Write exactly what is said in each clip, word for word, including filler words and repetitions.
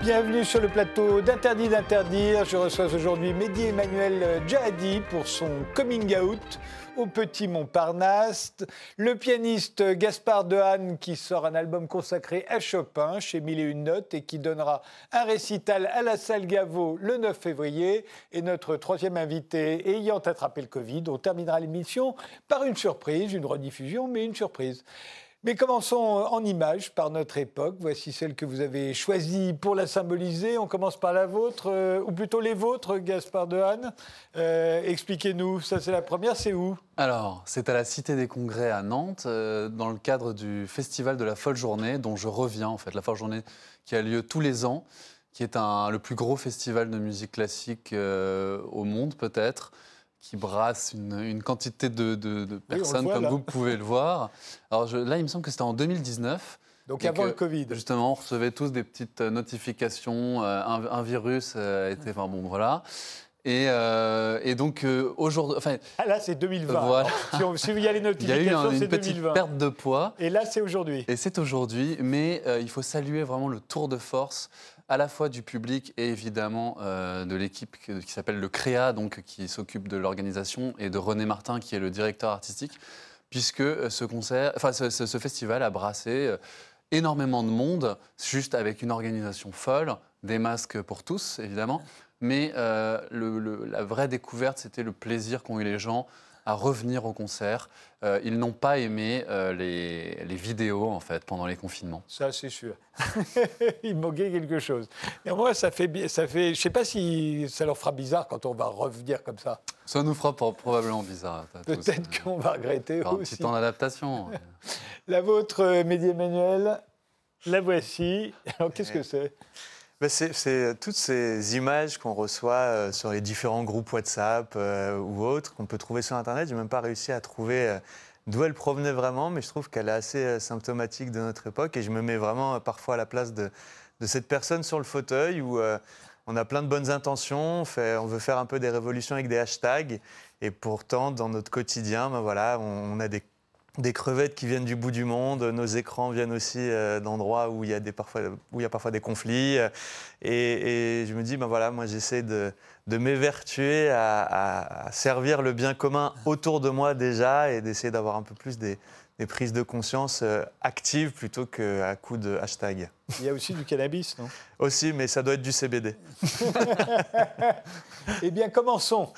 Bienvenue sur le plateau d'Interdit d'interdire. Je reçois aujourd'hui Mehdi Emmanuel Djihadi pour son coming out au Petit Montparnasse. Le pianiste Gaspard Dehaene qui sort un album consacré à Chopin chez Mille et Une Notes et qui donnera un récital à la salle Gaveau le neuf février. Et notre troisième invité ayant attrapé le Covid, on terminera l'émission par une surprise, une rediffusion, mais une surprise. Mais commençons en images par notre époque. Voici celle que vous avez choisie pour la symboliser. On commence par la vôtre, euh, ou plutôt les vôtres, Gaspard Dehaene. Euh, expliquez-nous, ça c'est la première, c'est où ? Alors, c'est à la Cité des Congrès à Nantes, euh, dans le cadre du festival de la Folle Journée, dont je reviens en fait. La Folle Journée qui a lieu tous les ans, qui est un, le plus gros festival de musique classique euh, au monde peut-être, qui brasse une, une quantité de, de, de personnes, oui, voit, comme là. Vous pouvez le voir. Alors je, là, il me semble que c'était en deux mille dix-neuf. Donc avant que, le Covid. Justement, on recevait tous des petites notifications, euh, un, un virus euh, était... Enfin bon, voilà. Et, euh, et donc, euh, aujourd'hui... Enfin, ah là, c'est deux mille vingt. Voilà. Si, on, si il y a les notifications, il y a eu un, c'est une petite deux mille vingt. Perte de poids. Et là, c'est aujourd'hui. Et c'est aujourd'hui, mais euh, il faut saluer vraiment le tour de force à la fois du public et évidemment euh, de l'équipe qui, qui s'appelle le Créa, donc, qui s'occupe de l'organisation, et de René Martin, qui est le directeur artistique, puisque ce, concert, enfin, ce, ce, ce festival a brassé euh, énormément de monde, juste avec une organisation folle, des masques pour tous, évidemment, mais euh, le, le, la vraie découverte, c'était le plaisir qu'ont eu les gens à revenir au concert. Euh, ils n'ont pas aimé euh, les, les vidéos, en fait, pendant les confinements. Ça, c'est sûr. Il manquait quelque chose. Mais moi, ça fait... Ça fait je ne sais pas si ça leur fera bizarre quand on va revenir comme ça. Ça nous fera probablement bizarre. Peut-être tous. Qu'on va regretter Alors, aussi. Un petit temps d'adaptation. La vôtre, Mehdi Emmanuel, la voici. Alors, qu'est-ce que c'est ? Ben c'est, c'est toutes ces images qu'on reçoit euh, sur les différents groupes WhatsApp euh, ou autres, qu'on peut trouver sur Internet. Je n'ai même pas réussi à trouver euh, d'où elle provenait vraiment, mais je trouve qu'elle est assez euh, symptomatique de notre époque. Et je me mets vraiment euh, parfois à la place de, de cette personne sur le fauteuil où euh, on a plein de bonnes intentions, on, fait, on veut faire un peu des révolutions avec des hashtags. Et pourtant, dans notre quotidien, ben voilà, on, on a des Des crevettes qui viennent du bout du monde, nos écrans viennent aussi euh, d'endroits où il y a des, parfois, où il y a parfois des conflits. Euh, et, et je me dis, ben voilà, moi j'essaie de, de m'évertuer à, à, à servir le bien commun autour de moi déjà et d'essayer d'avoir un peu plus des, des prises de conscience euh, actives plutôt qu'à coup de hashtag. Il y a aussi du cannabis, non ? Aussi, mais ça doit être du C B D. Eh bien, commençons.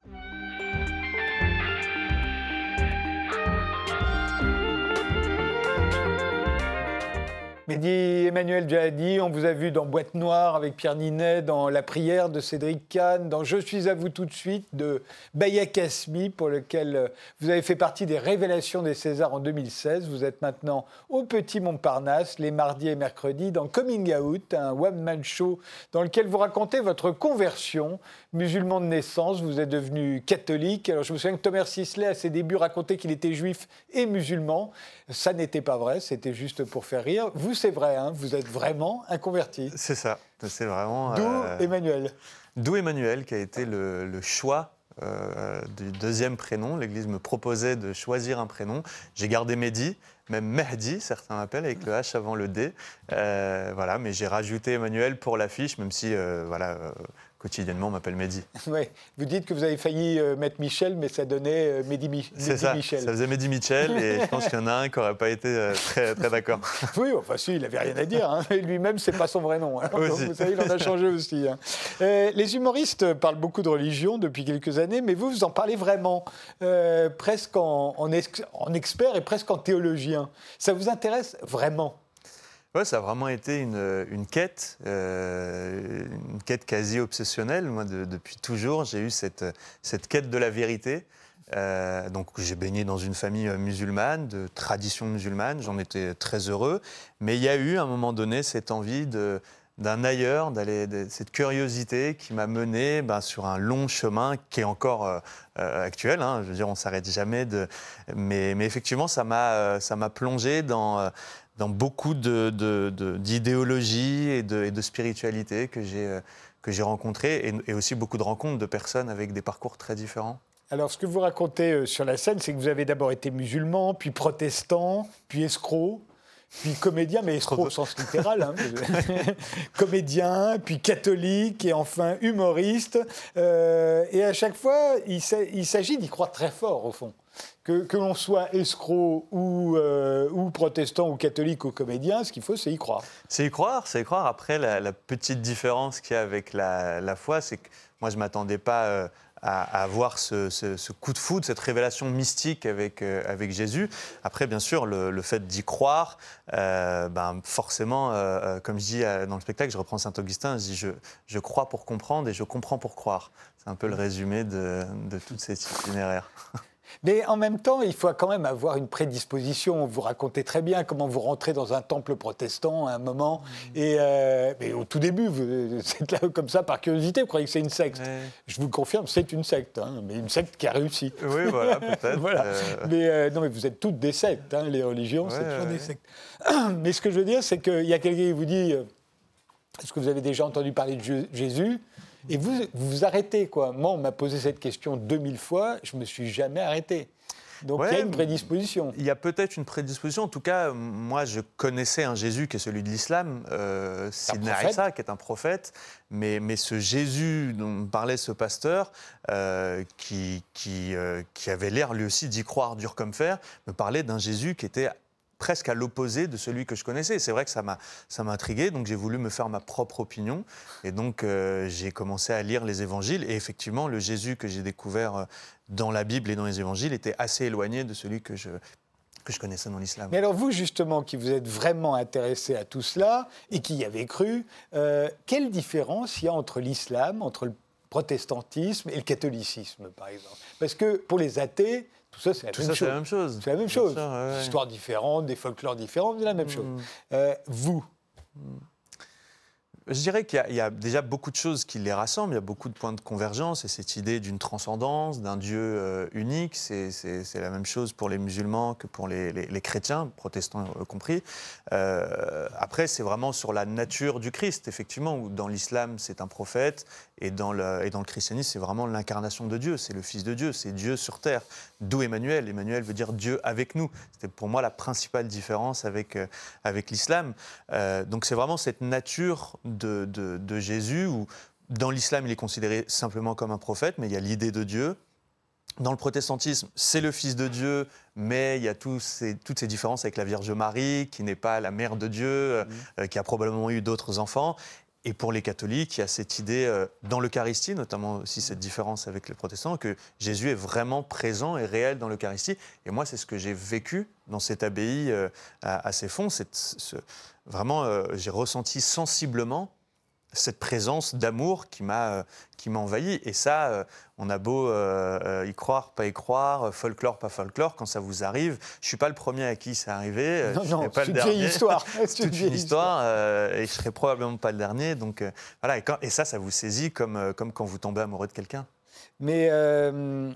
Mehdi Emmanuel Djihadi, on vous a vu dans Boîte Noire avec Pierre Ninet, dans La Prière de Cédric Kahn, dans Je suis à vous tout de suite de Baya Kasmi, pour lequel vous avez fait partie des révélations des Césars en deux mille seize. Vous êtes maintenant au Petit Montparnasse, les mardis et mercredis, dans Coming Out, un one-man show dans lequel vous racontez votre conversion. Musulman de naissance, vous êtes devenu catholique. Alors je me souviens que Thomas Sisley, à ses débuts, racontait qu'il était juif et musulman. Ça n'était pas vrai, c'était juste pour faire rire. Vous, c'est vrai, hein, vous êtes vraiment un converti. C'est ça, c'est vraiment... D'où euh, Emmanuel. D'où Emmanuel, qui a été le, le choix euh, du deuxième prénom. L'Église me proposait de choisir un prénom. J'ai gardé Mehdi, même Mehdi, certains m'appellent, avec le H avant le D. Euh, voilà, mais j'ai rajouté Emmanuel pour l'affiche, même si, euh, voilà... Euh, quotidiennement, on m'appelle Mehdi. Ouais. Vous dites que vous avez failli euh, mettre Michel, mais ça donnait euh, Mehdi, Mi- C'est Mehdi ça, Michel. ça faisait Mehdi Michel, et je pense qu'il y en a un qui n'aurait pas été euh, très, très d'accord. Oui, enfin si, il n'avait rien à dire. Hein. Lui-même, c'est pas son vrai nom. Hein. Donc, vous savez, il en a changé aussi. Hein. Euh, les humoristes parlent beaucoup de religion depuis quelques années, mais vous, vous en parlez vraiment, euh, presque en, en, ex- en expert et presque en théologien. Ça vous intéresse vraiment ? Ouais, ça a vraiment été une, une quête, euh, une quête quasi obsessionnelle. Moi, de, depuis toujours, j'ai eu cette, cette quête de la vérité. Euh, donc, j'ai baigné dans une famille musulmane, de tradition musulmane. J'en étais très heureux. Mais il y a eu, à un moment donné, cette envie de, d'un ailleurs, d'aller, de, cette curiosité qui m'a mené ben, sur un long chemin qui est encore euh, euh, actuel. Hein. Je veux dire, on ne s'arrête jamais. De... Mais, mais effectivement, ça m'a, euh, ça m'a plongé dans... Euh, dans beaucoup de, de, de, d'idéologie et de, et de spiritualité que j'ai, euh, que j'ai rencontrées, et, et aussi beaucoup de rencontres de personnes avec des parcours très différents. Alors, ce que vous racontez euh, sur la scène, c'est que vous avez d'abord été musulman, puis protestant, puis escroc, puis comédien, mais escroc au sens littéral, hein, comédien, puis catholique, et enfin humoriste. Euh, et à chaque fois, il, il s'agit d'y croire très fort, au fond. Que, que l'on soit escroc ou, euh, ou protestant ou catholique ou comédien, ce qu'il faut, c'est y croire. C'est y croire, c'est y croire. Après, la, la petite différence qu'il y a avec la, la foi, c'est que moi, je ne m'attendais pas euh, à, à avoir ce, ce, ce coup de foudre, cette révélation mystique avec, euh, avec Jésus. Après, bien sûr, le, le fait d'y croire, euh, ben, forcément, euh, comme je dis euh, dans le spectacle, je reprends Saint-Augustin, je dis je, je crois pour comprendre et je comprends pour croire. C'est un peu le résumé de, de tout cet itinéraire. Mais en même temps, il faut quand même avoir une prédisposition. Vous racontez très bien comment vous rentrez dans un temple protestant à un moment. Mmh. Et euh, mais au tout début, vous êtes là comme ça par curiosité. Vous croyez que c'est une secte. Ouais. Je vous confirme, c'est une secte. Hein, mais une secte qui a réussi. Oui, voilà, peut-être. voilà. Euh... Mais euh, non, mais vous êtes toutes des sectes. Hein, les religions, ouais, c'est toujours ouais. des sectes. Mais ce que je veux dire, c'est qu'il y a quelqu'un qui vous dit euh, est-ce que vous avez déjà entendu parler de Jésus ? Et vous, vous vous arrêtez, quoi. Moi, on m'a posé cette question deux mille fois, je ne me suis jamais arrêté. Donc, ouais, il y a une prédisposition. Il y a peut-être une prédisposition. En tout cas, moi, je connaissais un Jésus qui est celui de l'islam, euh, Sidney Issa, qui est un prophète. Mais, mais ce Jésus dont parlait ce pasteur, euh, qui, qui, euh, qui avait l'air, lui aussi, d'y croire dur comme fer, me parlait d'un Jésus qui était presque à l'opposé de celui que je connaissais. Et c'est vrai que ça m'a, ça m'a intrigué, donc j'ai voulu me faire ma propre opinion. Et donc euh, j'ai commencé à lire les évangiles. Et effectivement, le Jésus que j'ai découvert dans la Bible et dans les évangiles était assez éloigné de celui que je, que je connaissais dans l'islam. Mais alors vous, justement, qui vous êtes vraiment intéressé à tout cela et qui y avez cru, euh, quelle différence il y a entre l'islam, entre le protestantisme et le catholicisme, par exemple ? Parce que pour les athées, tout ça, c'est la, Tout même, ça, chose. C'est la même chose. C'est la même chose. Sûr, ouais, ouais. Des histoires différentes, des folklores différents, c'est la même mmh. chose. Euh, vous mmh. Je dirais qu'il y a, il y a déjà beaucoup de choses qui les rassemblent, il y a beaucoup de points de convergence, et cette idée d'une transcendance, d'un Dieu euh, unique, c'est, c'est, c'est la même chose pour les musulmans que pour les, les, les chrétiens, protestants euh, compris. Euh, après, c'est vraiment sur la nature du Christ, effectivement, où dans l'islam, c'est un prophète, et dans le, et dans le christianisme, c'est vraiment l'incarnation de Dieu, c'est le Fils de Dieu, c'est Dieu sur terre, d'où Emmanuel. Emmanuel veut dire Dieu avec nous. C'était pour moi la principale différence avec, euh, avec l'islam. Euh, donc c'est vraiment cette nature De, de, de Jésus, où dans l'islam, il est considéré simplement comme un prophète, mais il y a l'idée de Dieu. Dans le protestantisme, c'est le Fils de Dieu, mais il y a tous ces, toutes ces différences avec la Vierge Marie, qui n'est pas la mère de Dieu, mmh. euh, qui a probablement eu d'autres enfants. Et pour les catholiques, il y a cette idée, euh, dans l'Eucharistie, notamment aussi cette différence avec les protestants, que Jésus est vraiment présent et réel dans l'Eucharistie. Et moi, c'est ce que j'ai vécu dans cette abbaye euh, à, à ses fonds. C'est, ce, vraiment, euh, j'ai ressenti sensiblement cette présence d'amour qui m'a, euh, qui m'a envahi. Et ça, euh, on a beau euh, y croire, pas y croire, folklore, pas folklore, quand ça vous arrive, je ne suis pas le premier à qui c'est arrivé. Non, je non, pas c'est le une vieille histoire. C'est toute une histoire, euh, et je ne serai probablement pas le dernier. Donc, euh, voilà, et, quand, et ça, ça vous saisit comme, euh, comme quand vous tombez amoureux de quelqu'un. Mais euh,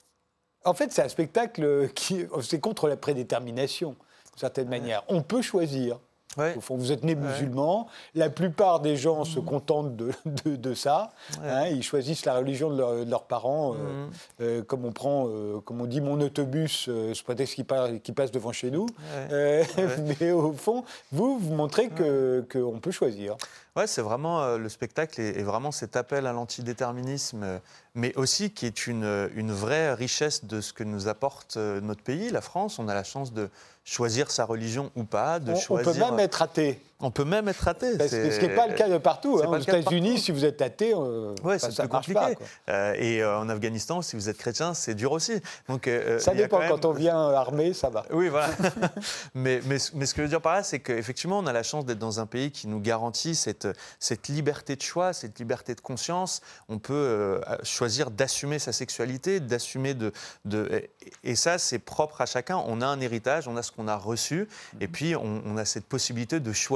en fait, c'est un spectacle qui c'est contre la prédétermination, d'une certaine ouais. manière. On peut choisir. Ouais. Au fond, vous êtes né musulman. Ouais. La plupart des gens mmh. se contentent de, de, de ça. Ouais. Hein, ils choisissent la religion de, leur, de leurs parents. Mmh. Euh, euh, comme on prend, euh, comme on dit, mon autobus, euh, ce prétexte qui, par, qui passe devant chez nous. Ouais. Euh, ouais. Mais au fond, vous, vous montrez que, ouais. qu'on peut choisir. Ouais, c'est vraiment euh, le spectacle est, est vraiment cet appel à l'antidéterminisme, euh, mais aussi qui est une, une vraie richesse de ce que nous apporte euh, notre pays, la France. On a la chance de choisir sa religion ou pas, de on, choisir. On peut même être athée. On peut même être athée. Parce que ce qui n'est pas le cas de partout. Hein. Aux États-Unis, si vous êtes athée, euh, ouais, ça, c'est ça plus marche compliqué. Pas, euh, et euh, en Afghanistan, si vous êtes chrétien, c'est dur aussi. Donc, euh, ça dépend. Quand, quand même... on vient armé, ça va. Oui, voilà. mais, mais, mais ce que je veux dire par là, c'est qu'effectivement, on a la chance d'être dans un pays qui nous garantit cette, cette liberté de choix, cette liberté de conscience. On peut euh, choisir d'assumer sa sexualité, d'assumer de, de... Et ça, c'est propre à chacun. On a un héritage, on a ce qu'on a reçu. Et puis, on, on a cette possibilité de choisir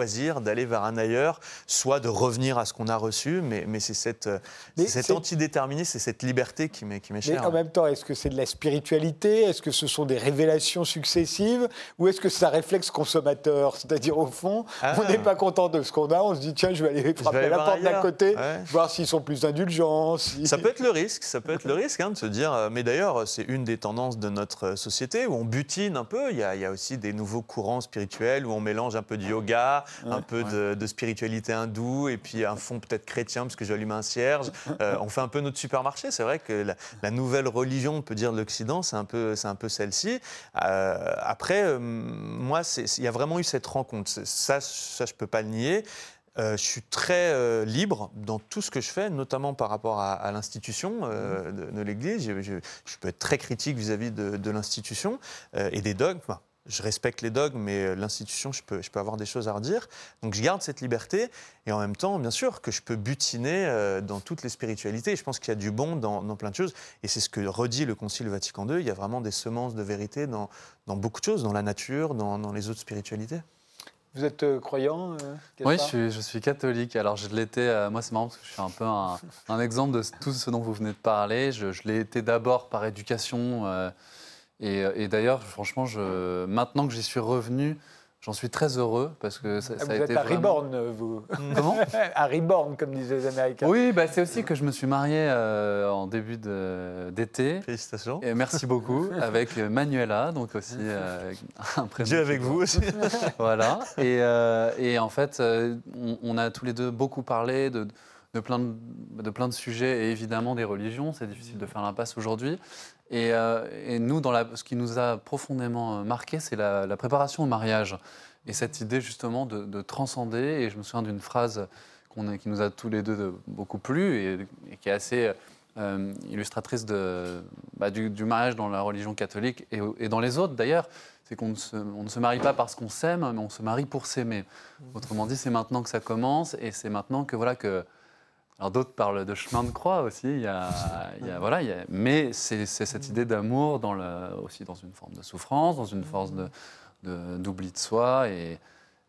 choisir d'aller vers un ailleurs, soit de revenir à ce qu'on a reçu, mais, mais c'est cette, mais c'est cet antidéterminisme, c'est cette liberté qui m'est, qui m'est chère. Mais en même temps, est-ce que c'est de la spiritualité? Est-ce que ce sont des révélations successives? Ou est-ce que c'est un réflexe consommateur? C'est-à-dire, au fond, ah. on n'est pas content de ce qu'on a, on se dit, tiens, je vais aller frapper vais aller la porte d'à côté, ouais. voir s'ils sont plus indulgents. Si... Ça peut être le risque, ça peut être le risque hein, de se dire, mais d'ailleurs, c'est une des tendances de notre société où on butine un peu. Il y a, il y a aussi des nouveaux courants spirituels où on mélange un peu de yoga, ouais. un peu ouais. de, de spiritualité hindoue et puis un fond peut-être chrétien parce que j'allume un cierge. Euh, on fait un peu notre supermarché. C'est vrai que la, la nouvelle religion, on peut dire, de l'Occident, c'est un peu, c'est un peu celle-ci. Euh, après, euh, moi, il y a vraiment eu cette rencontre. Ça, ça je ne peux pas le nier. Euh, je suis très euh, libre dans tout ce que je fais, notamment par rapport à, à l'institution euh, de, de l'Église. Je, je, je peux être très critique vis-à-vis de, de l'institution euh, et des dogmes. Enfin, je respecte les dogmes, mais l'institution, je peux, je peux avoir des choses à redire. Donc je garde cette liberté et en même temps, bien sûr, que je peux butiner euh, dans toutes les spiritualités. Et je pense qu'il y a du bon dans, dans plein de choses. Et c'est ce que redit le Concile Vatican deux. Il y a vraiment des semences de vérité dans, dans beaucoup de choses, dans la nature, dans, dans les autres spiritualités. Vous êtes euh, croyant euh, Oui, je suis, je suis catholique. Alors, je l'étais, euh, moi, c'est marrant parce que je suis un peu un, un exemple de tout ce dont vous venez de parler. Je, je l'ai été d'abord par éducation. Euh, et, et d'ailleurs, franchement, je, maintenant que j'y suis revenu, j'en suis très heureux parce que ça, ah, ça a été été Vous êtes à vraiment... Reborn, vous. Comment? À Reborn, comme disaient les Américains. Oui, bah, c'est aussi que je me suis marié euh, en début de, d'été. Félicitations. Et merci beaucoup, avec Manuela, donc aussi euh, un prénom. Dieu avec vous aussi. Voilà. Et, euh, et en fait, euh, on, on a tous les deux beaucoup parlé de, de, plein de, de plein de sujets et évidemment des religions. C'est difficile de faire l'impasse aujourd'hui. Et, euh, et nous, dans la, ce qui nous a profondément marqué, c'est la, la préparation au mariage. Et cette idée justement de, de transcender. Et je me souviens d'une phrase qu'on a, qui nous a tous les deux beaucoup plu et, et qui est assez euh, illustratrice de, bah, du, du mariage dans la religion catholique et, et dans les autres d'ailleurs. C'est qu'on ne se, on ne se marie pas parce qu'on s'aime, mais on se marie pour s'aimer. Autrement dit, c'est maintenant que ça commence et c'est maintenant que voilà que... Alors d'autres parlent de chemin de croix aussi, il y a, il y a, voilà, il y a, mais c'est, c'est cette idée d'amour dans le, aussi dans une forme de souffrance, dans une force de, de, d'oubli de soi. Et,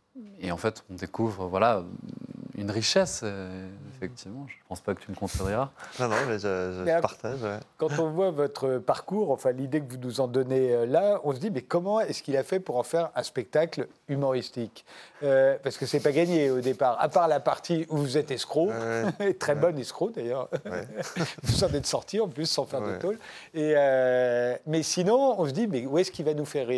et en fait, on découvre voilà, une richesse, euh, effectivement. Je ne pense pas que tu me contrediras. Non, non, mais je, je mais partage. Ouais. Quand on voit votre parcours, enfin l'idée que vous nous en donnez là, on se dit, mais comment est-ce qu'il a fait pour en faire un spectacle humoristique euh, Parce que ce n'est pas gagné au départ, à part la partie où vous êtes escroc, ouais. très ouais. bon escroc d'ailleurs. Ouais. Vous en êtes sorti en plus sans faire ouais. de tôle. Et, euh, mais sinon, on se dit, mais où est-ce qu'il va nous faire rire ?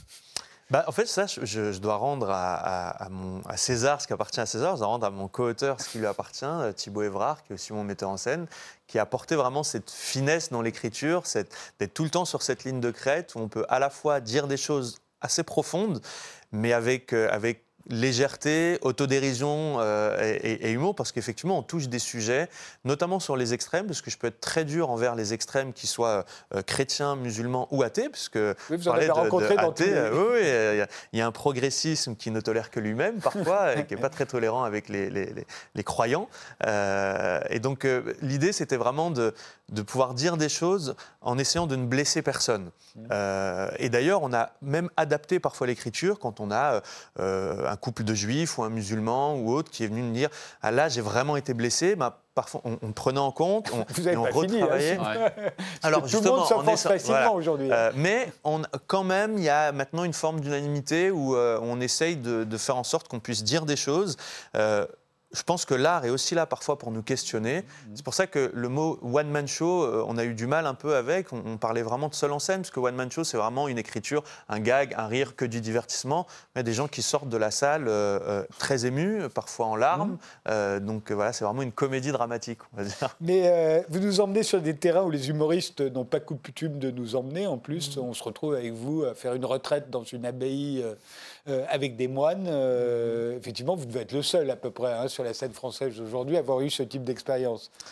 Bah, en fait, ça, je, je dois rendre à, à, à, mon, à César ce qui appartient à César. Je dois rendre à mon co-auteur ce qui lui appartient, Thibaut Évrard, qui est aussi mon metteur en scène, qui a apporté vraiment cette finesse dans l'écriture, cette, d'être tout le temps sur cette ligne de crête où on peut à la fois dire des choses assez profondes, mais avec, euh, avec légèreté, autodérision euh, et, et, et humour, parce qu'effectivement, on touche des sujets, notamment sur les extrêmes, parce que je peux être très dur envers les extrêmes, qu'ils soient euh, chrétiens, musulmans ou athées, puisque oui, vous en avez rencontré dans tous les... euh, oui, il oui, y, y a un progressisme qui ne tolère que lui-même, parfois, et qui n'est pas très tolérant avec les, les, les, les croyants. Euh, et donc, euh, l'idée, c'était vraiment de, de pouvoir dire des choses en essayant de ne blesser personne. Euh, et d'ailleurs, on a même adapté parfois l'écriture quand on a euh, un couple de juifs ou un musulman ou autre qui est venu me dire « Ah là, j'ai vraiment été blessé bah, », parfois on, on prenait en compte, on, Vous avez on pas retravaillait. Fini, hein, ouais. Alors, tout le monde s'offense facilement voilà. aujourd'hui. Euh, mais on, quand même, il y a maintenant une forme d'unanimité où euh, on essaye de, de faire en sorte qu'on puisse dire des choses. Euh, Je pense que l'art est aussi là parfois pour nous questionner. C'est pour ça que le mot one-man show, euh, on a eu du mal un peu avec. On, on parlait vraiment de seul en scène, parce que one-man show, c'est vraiment une écriture, un gag, un rire, que du divertissement. Mais des gens qui sortent de la salle euh, euh, très émus, parfois en larmes. Mmh. Euh, donc euh, voilà, c'est vraiment une comédie dramatique, on va dire. Mais euh, vous nous emmenez sur des terrains où les humoristes n'ont pas coutume de nous emmener. En plus, mmh. on se retrouve avec vous à faire une retraite dans une abbaye euh, euh, avec des moines. Euh, mmh. Effectivement, vous devez être le seul à peu près hein, sur la scène française aujourd'hui à avoir eu ce type d'expérience.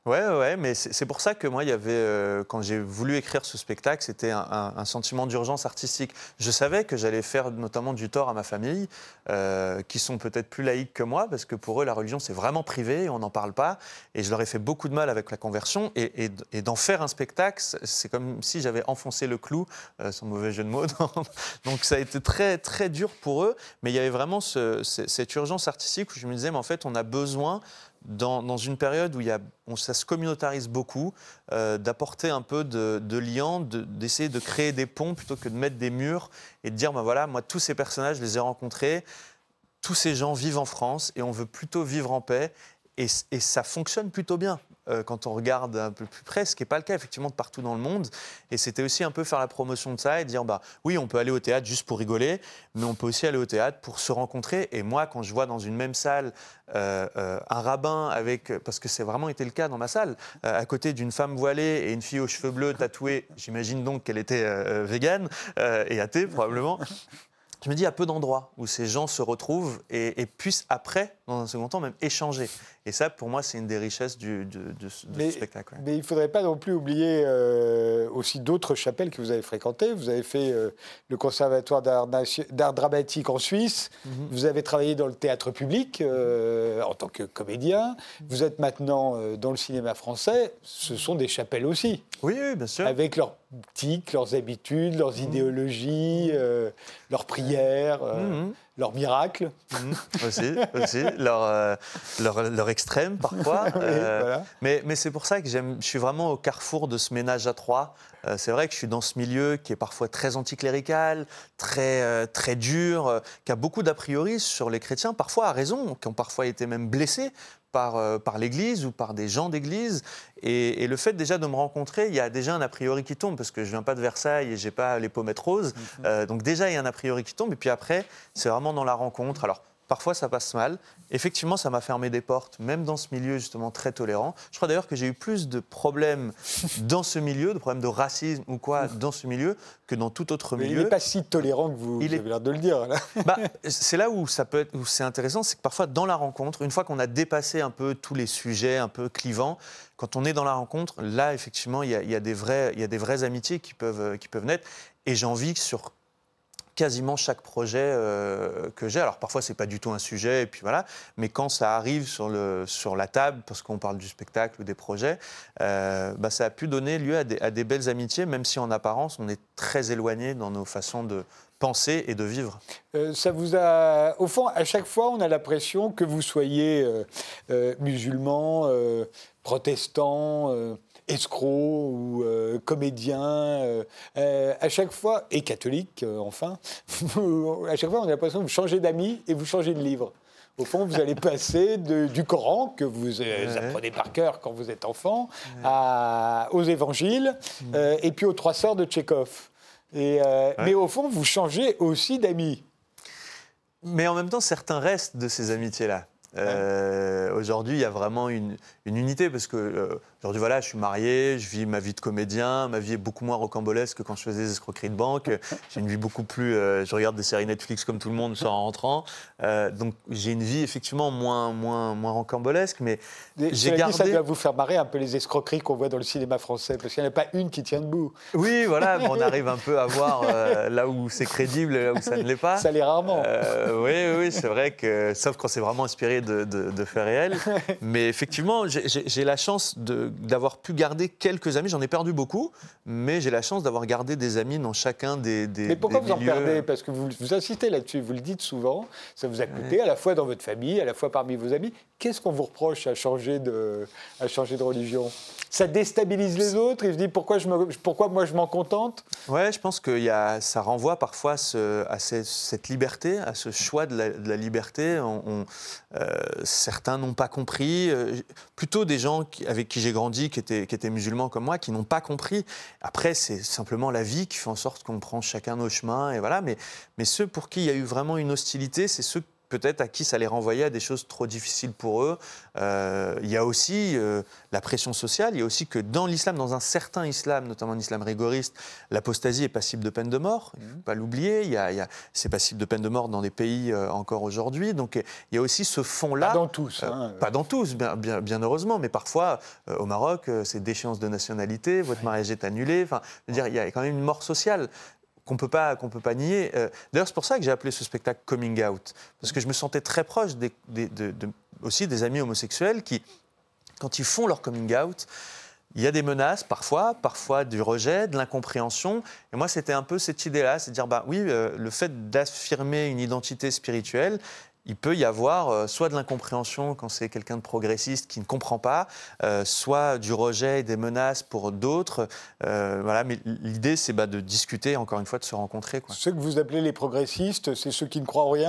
Ouais, ouais, ouais, mais c'est c'est pour ça que moi, il y avait, euh, quand j'ai voulu écrire ce spectacle, c'était un, un- un sentiment d'urgence artistique. Je savais que j'allais faire notamment du tort à ma famille, euh, qui sont peut-être plus laïcs que moi, parce que pour eux, la religion, c'est vraiment privé, on n'en parle pas. Et je leur ai fait beaucoup de mal avec la conversion. Et, et- et d'en faire un spectacle, c'est comme si j'avais enfoncé le clou, euh, sans mauvais jeu de mots. Donc ça a été très, très dur pour eux. Mais il y avait vraiment ce- ce- cette urgence artistique où je me disais, mais en fait, on a besoin dans, dans une période où il y a, on, ça se communautarise beaucoup, euh, d'apporter un peu de, de lien, de- d'essayer de créer des ponts plutôt que de mettre des murs et de dire, ben voilà, moi, tous ces personnages, je les ai rencontrés, tous ces gens vivent en France et on veut plutôt vivre en paix. Et, et ça fonctionne plutôt bien euh, quand on regarde un peu plus près, ce qui n'est pas le cas effectivement de partout dans le monde. Et c'était aussi un peu faire la promotion de ça et dire, bah, oui, on peut aller au théâtre juste pour rigoler, mais on peut aussi aller au théâtre pour se rencontrer. Et moi, quand je vois dans une même salle euh, euh, un rabbin avec, parce que c'est vraiment été le cas dans ma salle, euh, à côté d'une femme voilée et une fille aux cheveux bleus tatouée, j'imagine donc qu'elle était euh, végane euh, et athée probablement. Je me dis, il y a peu d'endroits où ces gens se retrouvent et, et puissent après, dans un second temps, même échanger. Et ça, pour moi, c'est une des richesses du, de, de ce, de Mais, ce spectacle. Ouais. mais il ne faudrait pas non plus oublier euh, aussi d'autres chapelles que vous avez fréquentées. Vous avez fait euh, le Conservatoire d'art, nation- d'art dramatique en Suisse. Mm-hmm. Vous avez travaillé dans le théâtre public euh, en tant que comédien. Vous êtes maintenant euh, dans le cinéma français. Ce sont des chapelles aussi. Oui, oui, bien sûr. Avec leurs tics, leurs habitudes, leurs idéologies, euh, leurs prières, euh, Mhm. leurs miracles. Mhm. Aussi, aussi. Leur, euh, leur, leur extrême, parfois. Oui, Euh, voilà. Mais, mais c'est pour ça que j'aime, je suis vraiment au carrefour de ce ménage à trois. Euh, c'est vrai que je suis dans ce milieu qui est parfois très anticlérical, très, euh, très dur, euh, qui a beaucoup d'a priori sur les chrétiens, parfois à raison, qui ont parfois été même blessés par, euh, par l'Église ou par des gens d'Église. Et, et le fait déjà de me rencontrer, il y a déjà un a priori qui tombe, parce que je ne viens pas de Versailles et je n'ai pas les pommettes roses. Mhm. Euh, donc déjà, il y a un a priori qui tombe. Et puis après, c'est vraiment dans la rencontre. Alors, parfois, ça passe mal. Effectivement, ça m'a fermé des portes, même dans ce milieu justement très tolérant. Je crois d'ailleurs que j'ai eu plus de problèmes dans ce milieu, de problèmes de racisme ou quoi, dans ce milieu, que dans tout autre Mais il milieu. n'est pas si tolérant que vous, Il vous est- avez l'air de le dire. Là. Bah, c'est là où ça peut être, où c'est intéressant, c'est que parfois dans la rencontre, une fois qu'on a dépassé un peu tous les sujets un peu clivants, quand on est dans la rencontre, là effectivement, il y a, il y a des vrais, il y a des vraies amitiés qui peuvent, qui peuvent naître. Et j'ai envie que sur quasiment chaque projet euh, que j'ai. Alors parfois c'est pas du tout un sujet et puis voilà, mais quand ça arrive sur le sur la table parce qu'on parle du spectacle ou des projets, euh, bah, ça a pu donner lieu à des, à des belles amitiés, même si en apparence on est très éloignés dans nos façons de penser et de vivre. Euh, ça vous a, au fond, à chaque fois, on a l'impression que vous soyez euh, euh, musulman, euh, protestant, euh, escroc ou euh, comédien. euh, euh, à chaque fois, et catholique, euh, enfin, vous- à chaque fois, on a l'impression que vous changez d'amis et vous changez de livre. Au fond, vous allez passer de- du Coran, que vous euh, Ouais. apprenez par cœur quand vous êtes enfant, à- aux évangiles, euh, et puis aux trois sœurs de Tchekhov. Et, euh, Ouais. Mais au fond, vous changez aussi d'amis. Mais en même temps, certains restent de ces amitiés-là. Euh, aujourd'hui, il y a vraiment une, une unité parce que euh, aujourd'hui, voilà, je suis marié, je vis ma vie de comédien, ma vie est beaucoup moins rocambolesque que quand je faisais des escroqueries de banque. J'ai une vie beaucoup plus, euh, je regarde des séries Netflix comme tout le monde, en rentrant. Euh, donc, j'ai une vie effectivement moins, moins, moins rocambolesque, mais Et j'ai cela dit, gardé. ça doit vous faire marrer un peu les escroqueries qu'on voit dans le cinéma français, parce qu'il n'y en a pas une qui tient debout. Oui, voilà, mais on arrive un peu à voir euh, là où c'est crédible et là où ça ne l'est pas. Ça l'est rarement. Euh, oui, oui, oui, c'est vrai que, sauf quand c'est vraiment inspiré de, de, de faits réels. Mais effectivement, j'ai- j'ai j'ai la chance de- d'avoir pu garder quelques amis. J'en ai perdu beaucoup, mais j'ai la chance d'avoir gardé des amis dans chacun des, des Mais pourquoi des vous en milieux. perdez? Parce que vous, vous insistez là-dessus, vous le dites souvent, ça vous a coûté à la fois dans votre famille, à la fois parmi vos amis. Qu'est-ce qu'on vous reproche à changer de, à changer de religion? Ça déstabilise les autres? Ils se disent pourquoi, je me, pourquoi moi je m'en contente? Ouais, je pense que y a, ça renvoie parfois à, ce- à ce- cette liberté, à ce choix de la, de la liberté. On, on- euh, certains n'ont pas compris, euh, plutôt des gens qui- avec qui j'ai grandi, qui étaient, qui étaient musulmans comme moi, qui n'ont pas compris. Après, c'est simplement la vie qui fait en sorte qu'on prend chacun nos chemins, et voilà. Mais, mais ceux pour qui il y a eu vraiment une hostilité, c'est ceux peut-être à qui ça les renvoyait à des choses trop difficiles pour eux. Euh, il y a aussi euh, la pression sociale, il y a aussi que dans l'islam, dans un certain islam, notamment un islam rigoriste, l'apostasie est passible de peine de mort, il ne faut pas l'oublier, il y a, il y a, c'est passible de peine de mort dans des pays euh, encore aujourd'hui, donc il y a aussi ce fond-là. Pas dans tous. Hein. Euh, pas dans tous, bien, bien, bien heureusement, mais parfois, euh, au Maroc, euh, c'est déchéance de nationalité, votre ouais. mariage est annulé, enfin, je veux dire, il y a quand même une mort sociale qu'on peut pas, qu'on peut pas nier. Euh, d'ailleurs, c'est pour ça que j'ai appelé ce spectacle « Coming Out », parce que je me sentais très proche des, des, de, de, aussi des amis homosexuels qui, quand ils font leur coming out, il y a des menaces parfois, parfois du rejet, de l'incompréhension. Et moi, c'était un peu cette idée-là, c'est de dire, bah, oui, euh, le fait d'affirmer une identité spirituelle, il peut y avoir euh, soit de l'incompréhension quand c'est quelqu'un de progressiste qui ne comprend pas, euh, soit du rejet et des menaces pour d'autres. Euh, voilà, mais l'idée, c'est bah, de discuter, encore une fois, de se rencontrer, quoi. Ceux que vous appelez les progressistes, c'est ceux qui ne croient en rien ?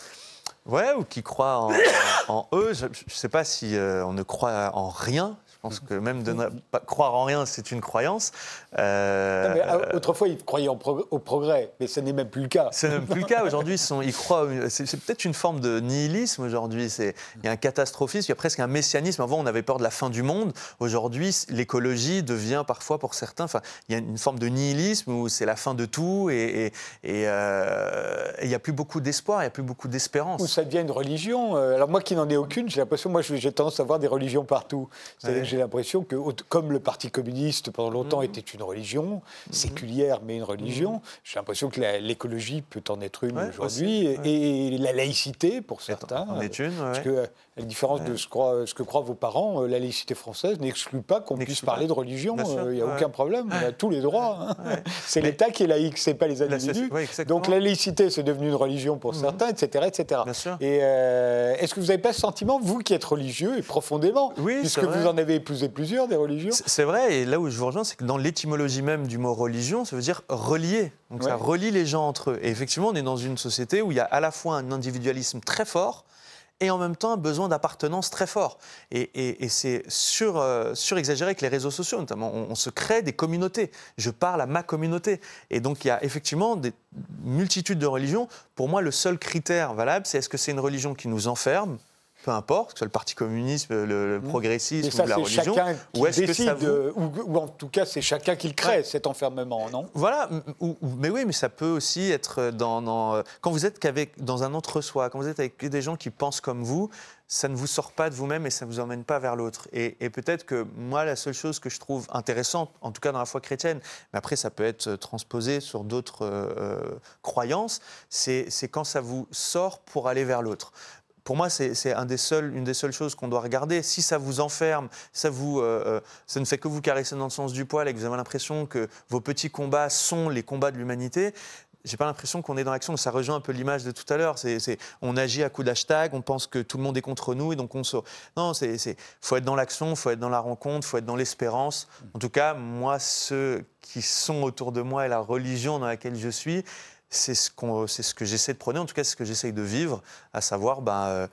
Ouais, ou qui croient en, en, en eux. Je ne sais pas si euh, on ne croit en rien. Je pense que même de ne pas croire en rien, c'est une croyance. Euh, non, mais, autrefois, ils croyaient en prog- au progrès, mais ce n'est même plus le cas. C'est même plus le cas. Aujourd'hui, ils, sont, ils croient. C'est, c'est peut-être une forme de nihilisme aujourd'hui. C'est, il y a un catastrophisme, il y a presque un messianisme. Avant, on avait peur de la fin du monde. Aujourd'hui, l'écologie devient parfois, pour certains, enfin, il y a une forme de nihilisme où c'est la fin de tout et, et, et, euh, et il n'y a plus beaucoup d'espoir, il n'y a plus beaucoup d'espérance. Où ça devient une religion. Alors moi qui n'en ai aucune, j'ai l'impression, moi j'ai tendance à voir des religions partout. C'est-à-dire ouais. J'ai l'impression que, comme le Parti communiste pendant longtemps mmh. était une religion, mmh. séculière mais une religion, mmh. j'ai l'impression que la, l'écologie peut en être une ouais, aujourd'hui, ouais. et, et la laïcité pour certains. En est une, ouais. Parce que, à la différence ouais. de ce, croient, ce que croient vos parents, la laïcité française n'exclut pas qu'on n'exclut puisse pas. parler de religion, il n'y a ouais. aucun problème, on a tous les droits. Hein. Ouais. C'est mais l'État qui est laïque, ce n'est pas les individus. Ouais, donc la laïcité, c'est devenu une religion pour mmh. certains, et cetera et cetera. Et euh, est-ce que vous n'avez pas ce sentiment, vous qui êtes religieux, et profondément, oui, puisque vous en avez épousé plusieurs des religions ? C'est vrai, et là où je vous rejoins, c'est que dans l'étymologie même du mot religion, ça veut dire relier. Donc ouais. ça relie les gens entre eux. Et effectivement, on est dans une société où il y a à la fois un individualisme très fort et en même temps un besoin d'appartenance très fort. Et, et, et c'est sur, euh, surexagéré avec les réseaux sociaux, notamment. On, on se crée des communautés. Je parle à ma communauté. Et donc, il y a effectivement des multitudes de religions. Pour moi, le seul critère valable, c'est est-ce que c'est une religion qui nous enferme ? Peu importe, que ce soit le Parti communiste, le, le progressisme ça, ou la religion, ou est-ce que ça vous... de, ou, ou en tout cas c'est chacun qui le crée, ouais. cet enfermement, non ? Voilà, ou, ou, mais oui, mais ça peut aussi être dans, dans quand vous êtes qu'avec dans un entre-soi, quand vous êtes avec des gens qui pensent comme vous, ça ne vous sort pas de vous-même et ça ne vous emmène pas vers l'autre. Et, et peut-être que moi, la seule chose que je trouve intéressante, en tout cas dans la foi chrétienne, mais après ça peut être transposé sur d'autres euh, croyances, c'est, c'est quand ça vous sort pour aller vers l'autre. Pour moi, c'est, c'est un des seuls, une des seules choses qu'on doit regarder. Si ça vous enferme, ça, vous, euh, ça ne fait que vous caresser dans le sens du poil et que vous avez l'impression que vos petits combats sont les combats de l'humanité, j'ai pas l'impression qu'on est dans l'action. Ça rejoint un peu l'image de tout à l'heure. C'est, c'est, on agit à coup d'hashtag, on pense que tout le monde est contre nous et donc on sort. Non, c'est, c'est, faut être dans l'action, faut être dans la rencontre, faut être dans l'espérance. En tout cas, moi, ceux qui sont autour de moi et la religion dans laquelle je suis, C'est ce, qu'on, c'est ce que j'essaie de prôner, en tout cas c'est ce que j'essaie de vivre, à savoir ben, euh,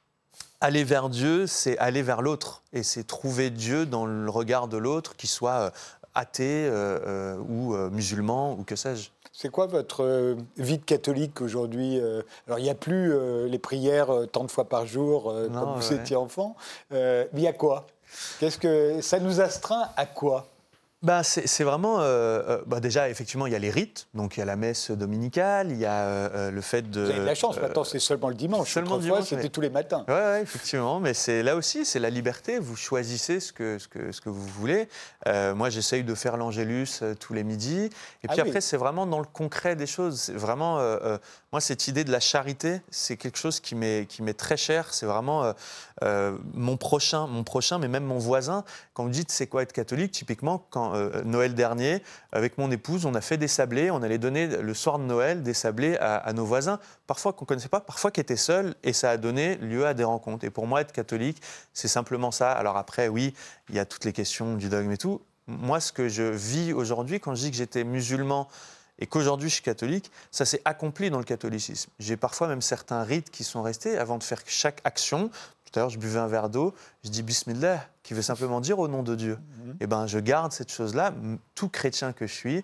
aller vers Dieu, c'est aller vers l'autre. Et c'est trouver Dieu dans le regard de l'autre, qu'il soit euh, athée euh, euh, ou euh, musulman ou que sais-je. C'est quoi votre euh, vie de catholique aujourd'hui ? euh, Alors il n'y a plus euh, les prières euh, tant de fois par jour euh, non, comme vous ouais. étiez enfant, euh, mais il y a quoi ? Qu'est-ce que ça nous astreint à quoi ? Ben, c'est, c'est vraiment... Euh, euh, bah déjà, effectivement, il y a les rites. Donc, il y a la messe dominicale, il y a euh, le fait de... Vous avez de la chance, euh, maintenant, c'est seulement le dimanche. Seulement le dimanche, dimanche, c'était mais... tous les matins. Oui, ouais, effectivement. Mais c'est, là aussi, c'est la liberté. Vous choisissez ce que, ce que, ce que vous voulez. Euh, moi, j'essaye de faire l'Angélus euh, tous les midis. Et puis ah, après, oui. c'est vraiment dans le concret des choses. C'est vraiment... Euh, euh, moi, cette idée de la charité, c'est quelque chose qui m'est, qui m'est très cher. C'est vraiment euh, euh, mon prochain, mon prochain, mais même mon voisin. Quand vous dites c'est quoi être catholique, typiquement, quand euh, Noël dernier, avec mon épouse, on a fait des sablés. On allait donner le soir de Noël des sablés à, à nos voisins, parfois qu'on ne connaissait pas, parfois qui étaient seuls, et ça a donné lieu à des rencontres. Et pour moi, être catholique, c'est simplement ça. Alors après, oui, il y a toutes les questions du dogme et tout. Moi, ce que je vis aujourd'hui, quand je dis que j'étais musulman et qu'aujourd'hui je suis catholique, ça s'est accompli dans le catholicisme. J'ai parfois même certains rites qui sont restés avant de faire chaque action. Tout à l'heure, je buvais un verre d'eau, je dis Bismillah, qui veut simplement dire au nom de Dieu. Mmh. Et ben, je garde cette chose-là. Tout chrétien que je suis,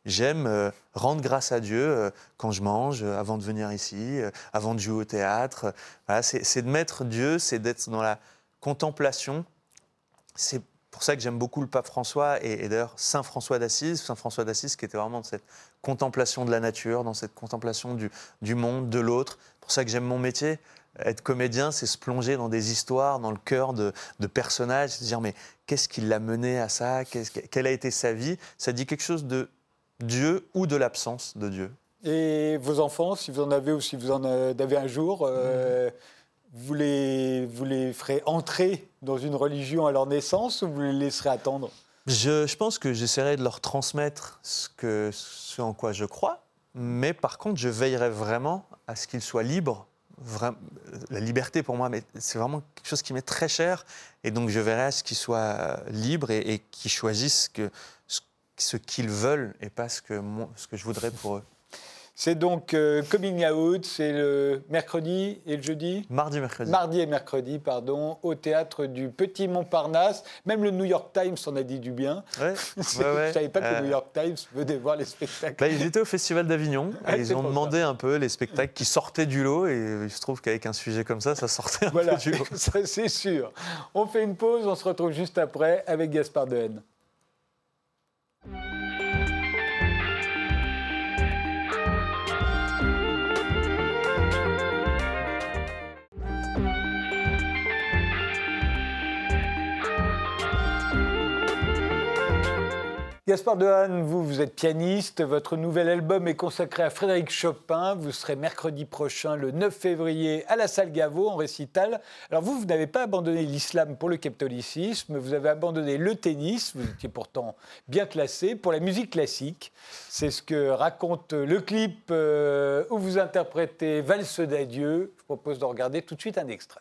j'aime euh, rendre grâce à Dieu euh, quand je mange, euh, avant de venir ici, euh, avant de jouer au théâtre. Voilà, c'est, c'est de mettre Dieu, c'est d'être dans la contemplation. C'est pour ça que j'aime beaucoup le pape François et, et d'ailleurs Saint François d'Assise. Saint François d'Assise qui était vraiment dans cette contemplation de la nature, dans cette contemplation du, du monde, de l'autre. C'est pour ça que j'aime mon métier. Être comédien, c'est se plonger dans des histoires, dans le cœur de, de personnages, se dire mais qu'est-ce qui l'a mené à ça, qu'est-ce, quelle a été sa vie. Ça dit quelque chose de Dieu ou de l'absence de Dieu. Et vos enfants, si vous en avez ou si vous en avez un jour, euh, mmh. vous, les, vous les ferez entrer dans une religion à leur naissance ou vous les laisserez attendre ? je, je pense que j'essaierai de leur transmettre ce, que, ce en quoi je crois, mais par contre, je veillerai vraiment à ce qu'ils soient libres. Vraiment, la liberté pour moi, mais c'est vraiment quelque chose qui m'est très cher. Et donc, je verrai à ce qu'ils soient libres et, et qu'ils choisissent que, ce, ce qu'ils veulent et pas ce que, moi, ce que je voudrais pour eux. C'est donc euh, Coming Out, c'est le mercredi et le jeudi ? Mardi, mercredi. Mardi et mercredi, pardon, au théâtre du Petit Montparnasse. Même le New York Times en a dit du bien. Ouais, ouais, ouais. Je ne savais pas que euh... le New York Times venait voir les spectacles. Bah, ils étaient au Festival d'Avignon ah, et ils ont demandé ça. un peu les spectacles qui sortaient du lot et il se trouve qu'avec un sujet comme ça, ça sortait un voilà, peu du lot. Ça, c'est sûr. On fait une pause, on se retrouve juste après avec Gaspard Dehaene. Gaspard Dehaene, vous, vous êtes pianiste. Votre nouvel album est consacré à Frédéric Chopin. Vous serez mercredi prochain, le neuf février, à la salle Gaveau, en récital. Alors vous, vous n'avez pas abandonné l'islam pour le catholicisme. Vous avez abandonné le tennis. Vous étiez pourtant bien classé pour la musique classique. C'est ce que raconte le clip euh, où vous interprétez Valse d'adieu. Je vous propose de regarder tout de suite un extrait.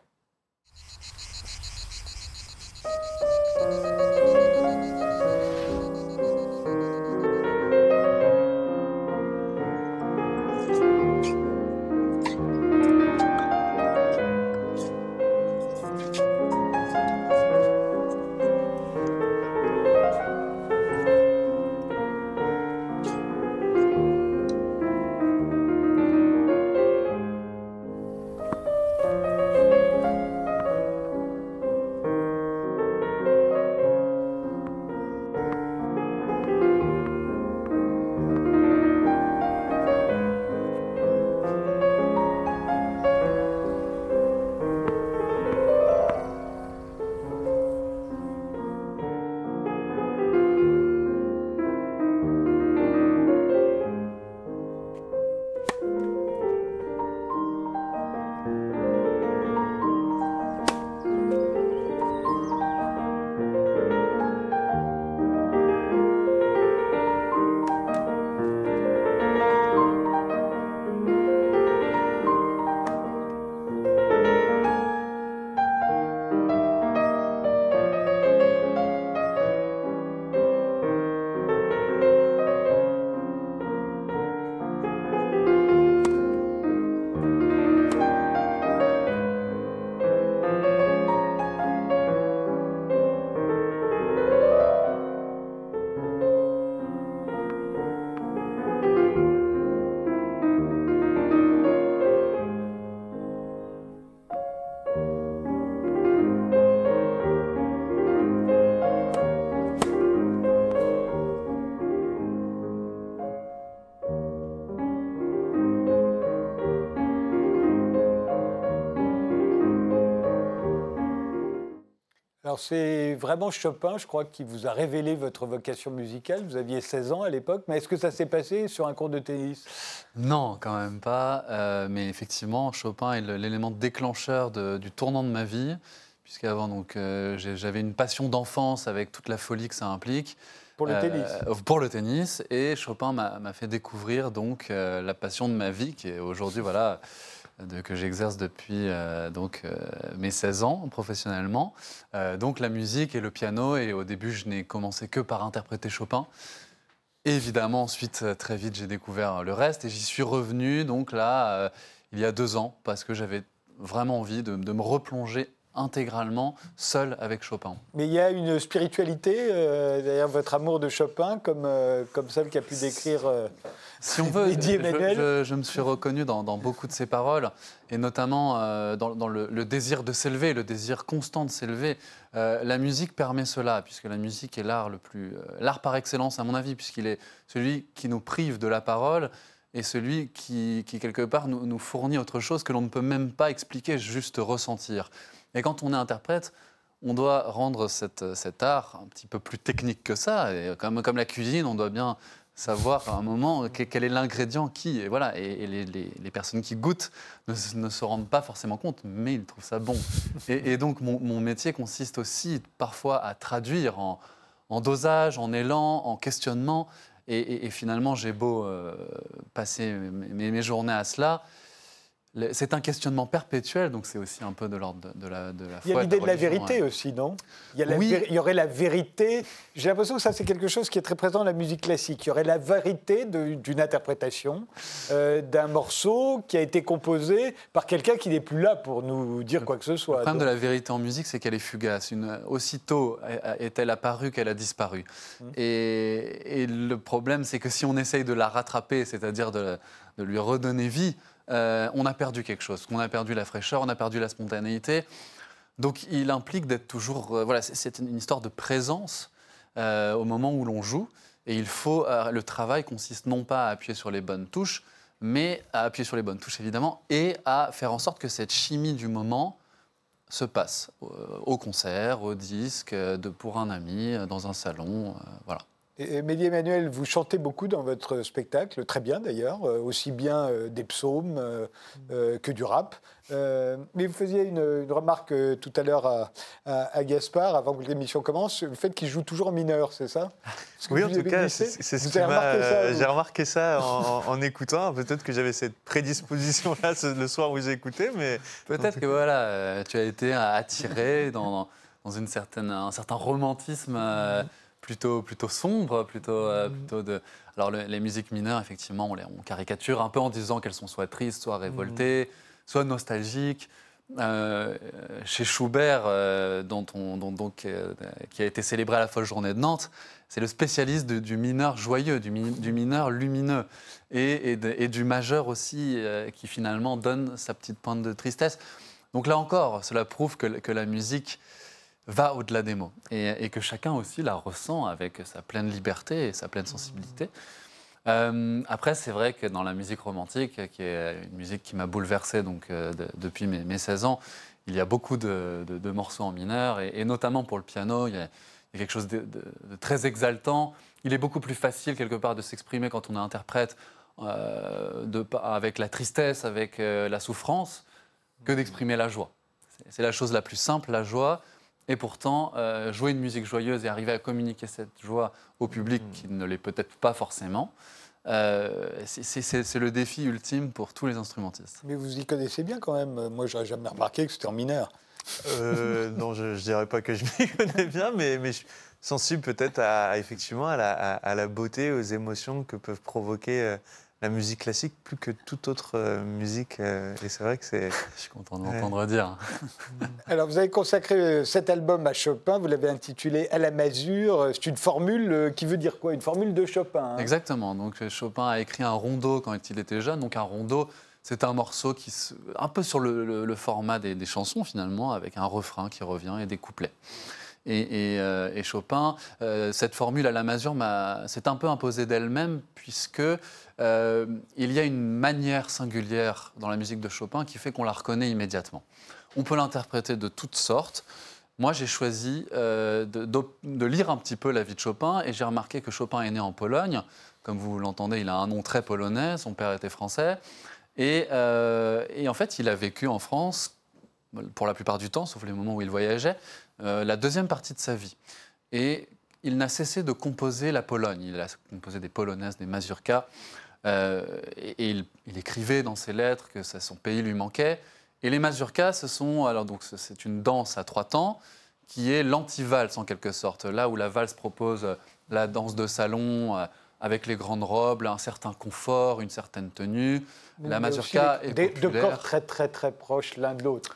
Alors c'est vraiment Chopin, je crois, qui vous a révélé votre vocation musicale. Vous aviez seize ans à l'époque, mais est-ce que ça s'est passé sur un cours de tennis ? Non, quand même pas. Euh, mais effectivement, Chopin est l'élément déclencheur de, du tournant de ma vie, puisqu'avant, donc, euh, j'avais une passion d'enfance avec toute la folie que ça implique. Pour le euh, tennis. Pour le tennis, et Chopin m'a fait découvrir donc euh, la passion de ma vie, qui est aujourd'hui, voilà, de, que j'exerce depuis euh, donc, euh, mes seize ans professionnellement. Euh, donc la musique et le piano, et au début, je n'ai commencé que par interpréter Chopin. Et évidemment, ensuite, très vite, j'ai découvert le reste, et j'y suis revenu, donc là, euh, il y a deux ans, parce que j'avais vraiment envie de, de me replonger intégralement seul avec Chopin. Mais il y a une spiritualité euh, derrière votre amour de Chopin, comme, euh, comme celle qu'a pu décrire euh, Si on veut, Mehdi Emmanuel. je, je, je me suis reconnu dans, dans beaucoup de ses paroles, et notamment euh, dans, dans le, le désir de s'élever, le désir constant de s'élever. Euh, la musique permet cela, puisque la musique est l'art le plus, euh, l'art par excellence à mon avis, puisqu'il est celui qui nous prive de la parole et celui qui, qui quelque part, nous, nous fournit autre chose que l'on ne peut même pas expliquer, juste ressentir. Et quand on est interprète, on doit rendre cette, cet art un petit peu plus technique que ça. Et comme, comme la cuisine, on doit bien savoir à un moment quel est l'ingrédient qui. Et, voilà, et, et les, les, les personnes qui goûtent ne, ne se rendent pas forcément compte, mais ils trouvent ça bon. Et, et donc mon, mon métier consiste aussi parfois à traduire en, en dosage, en élan, en questionnement. Et, et, et finalement, j'ai beau euh, passer mes, mes journées à cela. C'est un questionnement perpétuel, donc c'est aussi un peu de l'ordre de, de la de la foi. Il y a l'idée de, de la religion, vérité ouais. aussi, non? il y, a la Oui. vé- il y aurait la vérité. J'ai l'impression que ça, c'est quelque chose qui est très présent dans la musique classique. Il y aurait la vérité de, d'une interprétation, euh, d'un morceau qui a été composé par quelqu'un qui n'est plus là pour nous dire quoi que ce soit. Le problème Donc, de la vérité en musique, c'est qu'elle est fugace. Une, aussitôt est-elle apparue qu'elle a disparu. Mmh. Et, et le problème, c'est que si on essaye de la rattraper, c'est-à-dire de, de lui redonner vie, Euh, on a perdu quelque chose. On a perdu la fraîcheur, on a perdu la spontanéité. Donc il implique d'être toujours... Euh, voilà, c'est, c'est une histoire de présence euh, au moment où l'on joue. Et il faut... Euh, le travail consiste non pas à appuyer sur les bonnes touches, mais à appuyer sur les bonnes touches, évidemment, et à faire en sorte que cette chimie du moment se passe euh, au concert, au disque, de, pour un ami, dans un salon, euh, voilà. Et Mehdi Emmanuel, vous chantez beaucoup dans votre spectacle, très bien d'ailleurs, euh, aussi bien euh, des psaumes euh, euh, que du rap. Euh, mais vous faisiez une, une remarque euh, tout à l'heure à, à, à Gaspard, avant que l'émission commence, le fait qu'il joue toujours en mineur, c'est ça? Oui, en tout cas, c'est, c'est ce vous qui avez m'a... remarqué ça, j'ai remarqué ça en, en écoutant. Peut-être que j'avais cette prédisposition-là le soir où j'ai écouté, mais... Peut-être que voilà, euh, tu as été attiré dans, dans une certaine, un certain romantisme euh, plutôt, plutôt sombre, plutôt, euh, plutôt de... Alors le, les musiques mineures, effectivement, on les on caricature un peu en disant qu'elles sont soit tristes, soit révoltées, mmh. soit nostalgiques. Euh, chez Schubert, euh, dont on, dont, donc, euh, qui a été célébré à la folle journée de Nantes, c'est le spécialiste de, du mineur joyeux, du, mi, du mineur lumineux, et, et, de, et du majeur aussi, euh, qui finalement donne sa petite pointe de tristesse. Donc là encore, cela prouve que, que la musique va au-delà des mots, et, et que chacun aussi la ressent avec sa pleine liberté et sa pleine sensibilité. Euh, après, c'est vrai que dans la musique romantique, qui est une musique qui m'a bouleversé donc, euh, de, depuis mes, mes seize ans, il y a beaucoup de, de, de morceaux en mineur, et, et notamment pour le piano, il y a, il y a quelque chose de, de, de très exaltant. Il est beaucoup plus facile, quelque part, de s'exprimer quand on est interprète euh, de, avec la tristesse, avec euh, la souffrance, que d'exprimer la joie. C'est, c'est la chose la plus simple, la joie. Et pourtant, euh, jouer une musique joyeuse et arriver à communiquer cette joie au public mmh. qui ne l'est peut-être pas forcément, euh, c'est, c'est, c'est le défi ultime pour tous les instrumentistes. Mais vous y connaissez bien quand même. Moi, je n'aurais jamais remarqué que c'était en mineur. Euh, non, je ne dirais pas que je m'y connais bien, mais, mais je suis sensible peut-être à, effectivement, à la, à, à la beauté, aux émotions que peuvent provoquer euh, la musique classique plus que toute autre euh, musique. Euh, et c'est vrai que c'est... Je suis content de m'entendre ouais. dire. Alors, vous avez consacré cet album à Chopin, vous l'avez intitulé « À la masure ». C'est une formule qui veut dire quoi? Une formule de Chopin, hein. Exactement. Donc, Chopin a écrit un rondo quand il était jeune. Donc, un rondo, c'est un morceau qui, un peu sur le, le, le format des, des chansons, finalement, avec un refrain qui revient et des couplets. Et, et, euh, et Chopin, euh, cette formule à la masure m'a, s'est un peu imposée d'elle-même, puisque euh, il y a une manière singulière dans la musique de Chopin qui fait qu'on la reconnaît immédiatement. On peut l'interpréter de toutes sortes. Moi, j'ai choisi euh, de, de, de lire un petit peu la vie de Chopin, et j'ai remarqué que Chopin est né en Pologne. Comme vous l'entendez, il a un nom très polonais, son père était français. Et, euh, et en fait, il a vécu en France, pour la plupart du temps, sauf les moments où il voyageait, euh, la deuxième partie de sa vie. Et il n'a cessé de composer la Pologne. Il a composé des polonaises, des mazurkas, euh, et, et il, il écrivait dans ses lettres que ça, son pays lui manquait. Et les mazurkas, ce sont, alors donc, c'est une danse à trois temps qui est l'anti-valse en quelque sorte. Là où la valse propose la danse de salon euh, avec les grandes robes, un certain confort, une certaine tenue. Mais la mazurka des, est des, populaire. Deux corps très très très proches l'un de l'autre.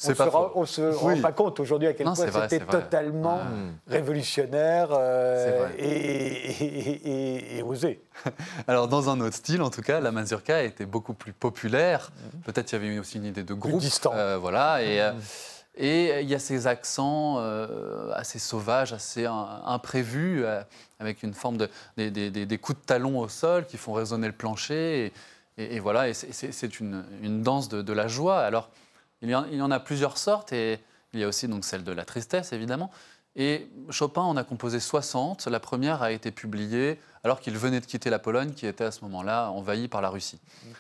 C'est on pas se faux. rend, on se rend Oui. pas compte aujourd'hui à quel Non, point c'est vrai, c'était c'est vrai. totalement Ouais. révolutionnaire euh, C'est vrai. et, et, et- et osé. Alors, dans un autre style, en tout cas, la mazurka était beaucoup plus populaire. Peut-être il y avait eu aussi une idée de groupe. distant. Euh, voilà. Et, euh, et il y a ces accents euh, assez sauvages, assez im- imprévus, euh, avec une forme de des, des- des- des coups de talon au sol qui font résonner le plancher. Et, et- et voilà. Et c'est- c'est c'est une, une danse de, de la joie. Alors, il y, en, il y en a plusieurs sortes. Et il y a aussi donc celle de la tristesse, évidemment. Et Chopin en a composé soixante. La première a été publiée alors qu'il venait de quitter la Pologne, qui était à ce moment-là envahie par la Russie.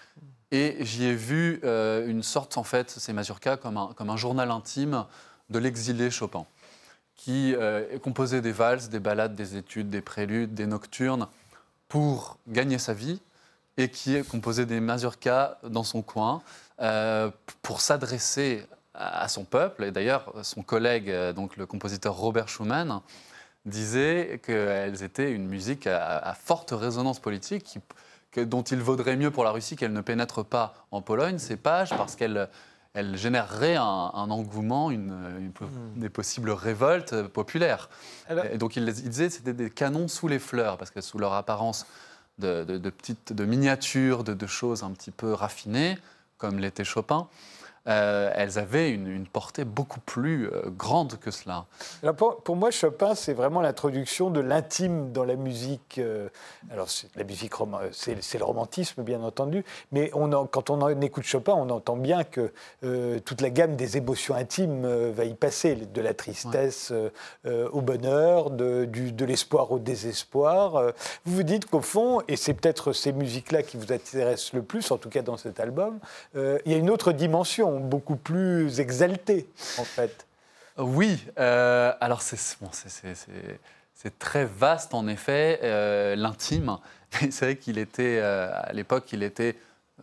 Et j'y ai vu euh, une sorte, en fait, ces mazurkas, comme un, comme un journal intime de l'exilé Chopin, qui euh, composait des valses, des ballades, des études, des préludes, des nocturnes, pour gagner sa vie, et qui composait des mazurkas dans son coin, euh, pour s'adresser à son peuple. Et d'ailleurs, son collègue, euh, donc le compositeur Robert Schumann, disait qu'elles étaient une musique à, à forte résonance politique, qui, que, dont il vaudrait mieux pour la Russie qu'elle ne pénètre pas en Pologne, ces pages, parce qu'elles elle généreraient un, un engouement, une, une, des possibles révoltes populaires. Alors- Et donc il, il disait que c'était des canons sous les fleurs, parce que sous leur apparence de, de, de petites de miniatures, de, de choses un petit peu raffinées, comme l'était Chopin, Euh, elles avaient une, une portée beaucoup plus euh, grande que cela. Alors pour, pour moi, Chopin, c'est vraiment l'introduction de l'intime dans la musique. euh, alors, c'est, la musique, rom- c'est, c'est le romantisme, bien entendu, mais on en- quand on en écoute Chopin, on entend bien que euh, toute la gamme des émotions intimes euh, va y passer, de la tristesse euh, euh, au bonheur, de, du, de l'espoir au désespoir. Euh, vous vous dites qu'au fond, et c'est peut-être ces musiques-là qui vous intéressent le plus, en tout cas dans cet album, euh, il y a une autre dimension, beaucoup plus exaltée, en fait. Oui, euh, alors c'est, bon, c'est, c'est, c'est, c'est très vaste en effet, euh, l'intime. Mais c'est vrai qu'il était, euh, à l'époque, il était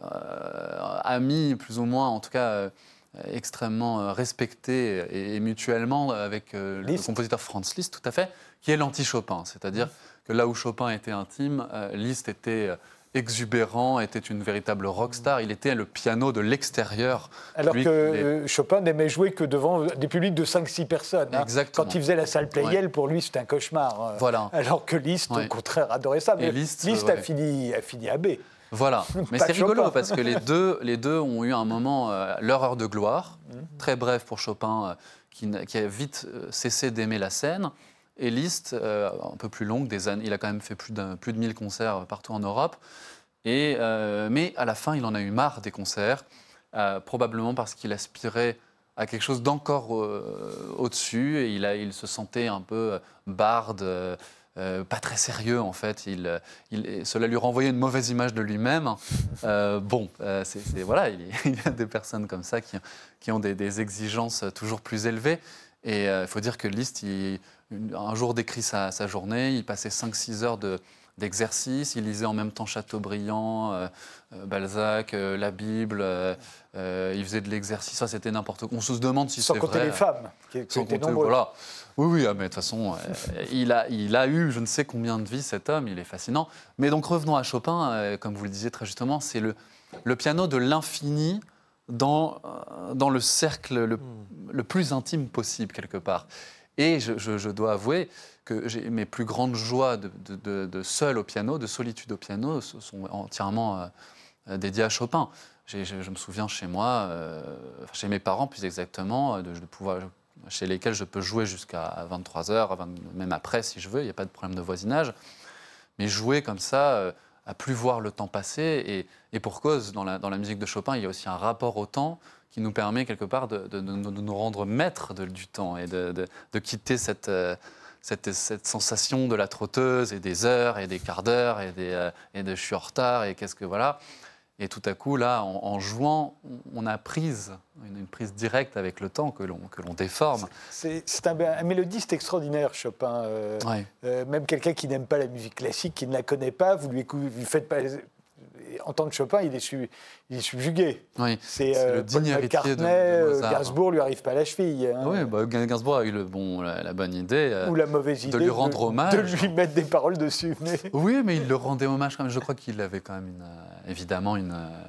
euh, ami, plus ou moins, en tout cas euh, extrêmement euh, respecté et, et mutuellement avec euh, le Liszt. compositeur Franz Liszt, tout à fait, qui est l'anti-Chopin. C'est-à-dire que là où Chopin était intime, euh, Liszt était... Euh, exubérant, était une véritable rockstar. Il était le piano de l'extérieur. Alors Lui, que les- euh, Chopin n'aimait jouer que devant des publics de cinq six personnes. hein. Exactement. Quand il faisait la salle Pleyel, pour lui, c'était un cauchemar. euh, Voilà. Alors que Liszt, Ouais. au contraire, adorait ça. Mais Et Liszt, Liszt a, ouais. fini, a fini à B. Voilà, mais Pas c'est Chopin. rigolo parce que les deux, les deux ont eu un moment, euh, leur heure de gloire, très bref pour Chopin, euh, qui, n'a- qui a vite euh, cessé d'aimer la scène, et Liszt, euh, un peu plus longue, des années, il a quand même fait plus, d'un, plus de mille concerts partout en Europe, et, euh, mais à la fin, il en a eu marre des concerts, euh, probablement parce qu'il aspirait à quelque chose d'encore euh, au-dessus, et il, a, il se sentait un peu euh, barde, euh, euh, pas très sérieux en fait. Il, il, cela lui renvoyait une mauvaise image de lui-même. Euh, bon, euh, c'est, c'est, voilà, il, il y a des personnes comme ça qui, qui ont des, des exigences toujours plus élevées. Et il euh, faut dire que Liszt, il, une- un jour décrit sa, sa journée, il passait cinq six heures de, d'exercice, il lisait en même temps Chateaubriand, euh, euh, Balzac, euh, la Bible, euh, euh, il faisait de l'exercice, ça c'était n'importe quoi. On se demande si Sans c'est compter vrai. les femmes, qui, qui Sans étaient compter, nombreuses. voilà. Oui, oui, ah, mais de toute façon, euh, il, a, il a eu je ne sais combien de vies, cet homme, il est fascinant. Mais donc revenons à Chopin, euh, comme vous le disiez très justement, c'est le, le piano de l'infini dans, euh, dans le cercle le, le plus intime possible, quelque part. Et je, je- je dois avouer que j'ai, mes plus grandes joies de, de, de- de seul au piano, de solitude au piano, ce sont entièrement euh, dédiées à Chopin. J'ai- je, je me souviens chez moi, euh, enfin, chez mes parents plus exactement, de, de pouvoir, chez lesquels je peux jouer jusqu'à vingt-trois heures, même après si je veux, il n'y a pas de problème de voisinage. Mais jouer comme ça, euh, à plus voir le temps passer, et, et pour cause, dans la, dans la musique de Chopin, il y a aussi un rapport au temps qui nous permet quelque part de, de- de- de nous rendre maîtres de- du temps et de, de- de quitter cette, euh, cette, cette sensation de la trotteuse et des heures et des quarts d'heure et, des, euh, et de je suis en retard et qu'est-ce que voilà. Et tout à coup, là, en, en jouant, on a prise, une, une prise directe avec le temps que l'on, que l'on déforme. C'est, c'est un, un mélodiste extraordinaire, Chopin. Euh, Ouais. euh, même quelqu'un qui n'aime pas la musique classique, qui ne la connaît pas, vous lui, écou- vous lui faites pas... Entendre Chopin, il est, su- il est subjugué. Oui. C'est, C'est euh, le Paul digne héritier de- McCartney, de euh, Mozart. Gainsbourg lui arrive pas à la cheville. hein. Oui, bah, Gainsbourg a eu le bon, la, la bonne idée. euh, Ou la mauvaise de idée lui rendre hommage. de lui mettre des paroles dessus. Mais... Oui, mais il le rendait hommage quand même. Je crois qu'il avait quand même une, euh, évidemment une, euh,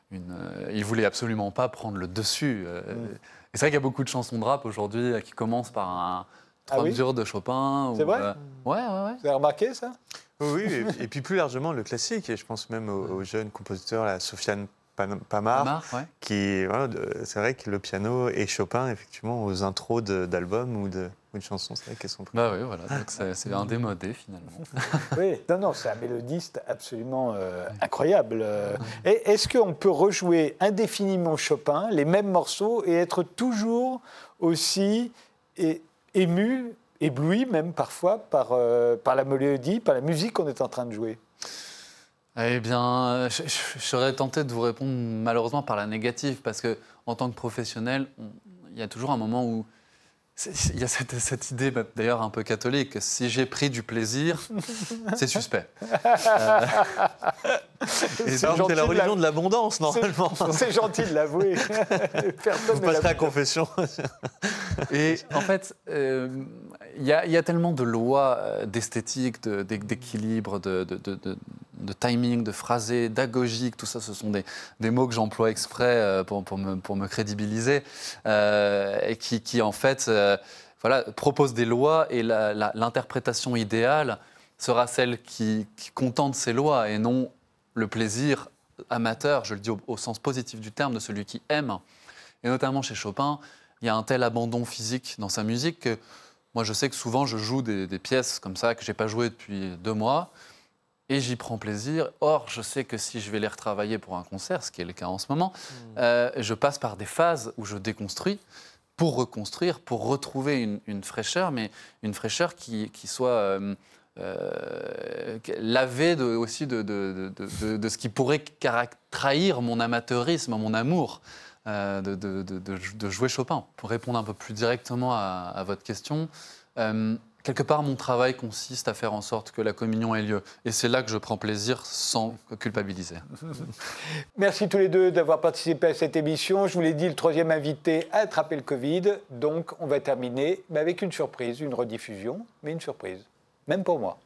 une, euh, il voulait absolument pas prendre le dessus. Euh, Mm. Et c'est vrai qu'il y a beaucoup de chansons de rap aujourd'hui euh, qui commencent par un trois Ah oui mesures de Chopin. C'est ou, vrai euh, Ouais, ouais, ouais. Vous avez remarqué ça? Oui, et, et puis plus largement le classique, et je pense même aux, aux jeunes compositeurs, la Sofiane Pan- Pamar, Pamar, ouais. qui, voilà, de- c'est vrai que le piano et Chopin, effectivement, aux intros de- d'albums ou de, ou de chansons, c'est vrai qu'elles sont... Bah oui, voilà. Donc c'est, c'est un démodé finalement. Oui, non, non, c'est un mélodiste absolument euh, incroyable. Euh, et est-ce qu'on peut rejouer indéfiniment Chopin, les mêmes morceaux, et être toujours aussi é- ému, ébloui même parfois par, euh, par la mélodie, par la musique qu'on est en train de jouer? Eh bien, je, je- je serais tenté de vous répondre malheureusement par la négative, parce que en tant que professionnel, on- il y a toujours un moment où c'est- il y a cette, cette idée, bah, d'ailleurs un peu catholique, que si j'ai pris du plaisir, c'est suspect. Euh, Et C'est donc, gentil c'est la de religion la- de l'abondance, normalement. C'est gentil de l'avouer. Personne Vous ne l'a passerez à fait. confession. Et en fait, euh, il y, a- il y a tellement de lois euh, d'esthétique, de- d'é- d'équilibre, de, de- de- de- de timing, de phrasé, d'agogique, tout ça, ce sont des, des mots que j'emploie exprès euh, pour, pour me, pour me crédibiliser, euh, et qui, qui, en fait euh, voilà, proposent des lois, et la- la- l'interprétation idéale sera celle qui, qui contente ces lois, et non le plaisir amateur, je le dis au, au sens positif du terme, de celui qui aime. Et notamment chez Chopin, il y a un tel abandon physique dans sa musique que moi, je sais que souvent, je joue des, des pièces comme ça que je n'ai pas jouées depuis deux mois et j'y prends plaisir. Or, je sais que si je vais les retravailler pour un concert, ce qui est le cas en ce moment, euh, je passe par des phases où je déconstruis pour reconstruire, pour retrouver une, une fraîcheur, mais une fraîcheur qui, qui soit euh, euh, lavée de, aussi de, de, de, de, de ce qui pourrait caract- trahir mon amateurisme, mon amour. Euh, de, de, de, de, de jouer Chopin. Pour répondre un peu plus directement à, à votre question, euh, quelque part, mon travail consiste à faire en sorte que la communion ait lieu. Et c'est là que je prends plaisir sans culpabiliser. Merci tous les deux d'avoir participé à cette émission. Je vous l'ai dit, le troisième invité a attrapé le Covid. Donc, on va terminer mais avec une surprise, une rediffusion, mais une surprise. Même pour moi.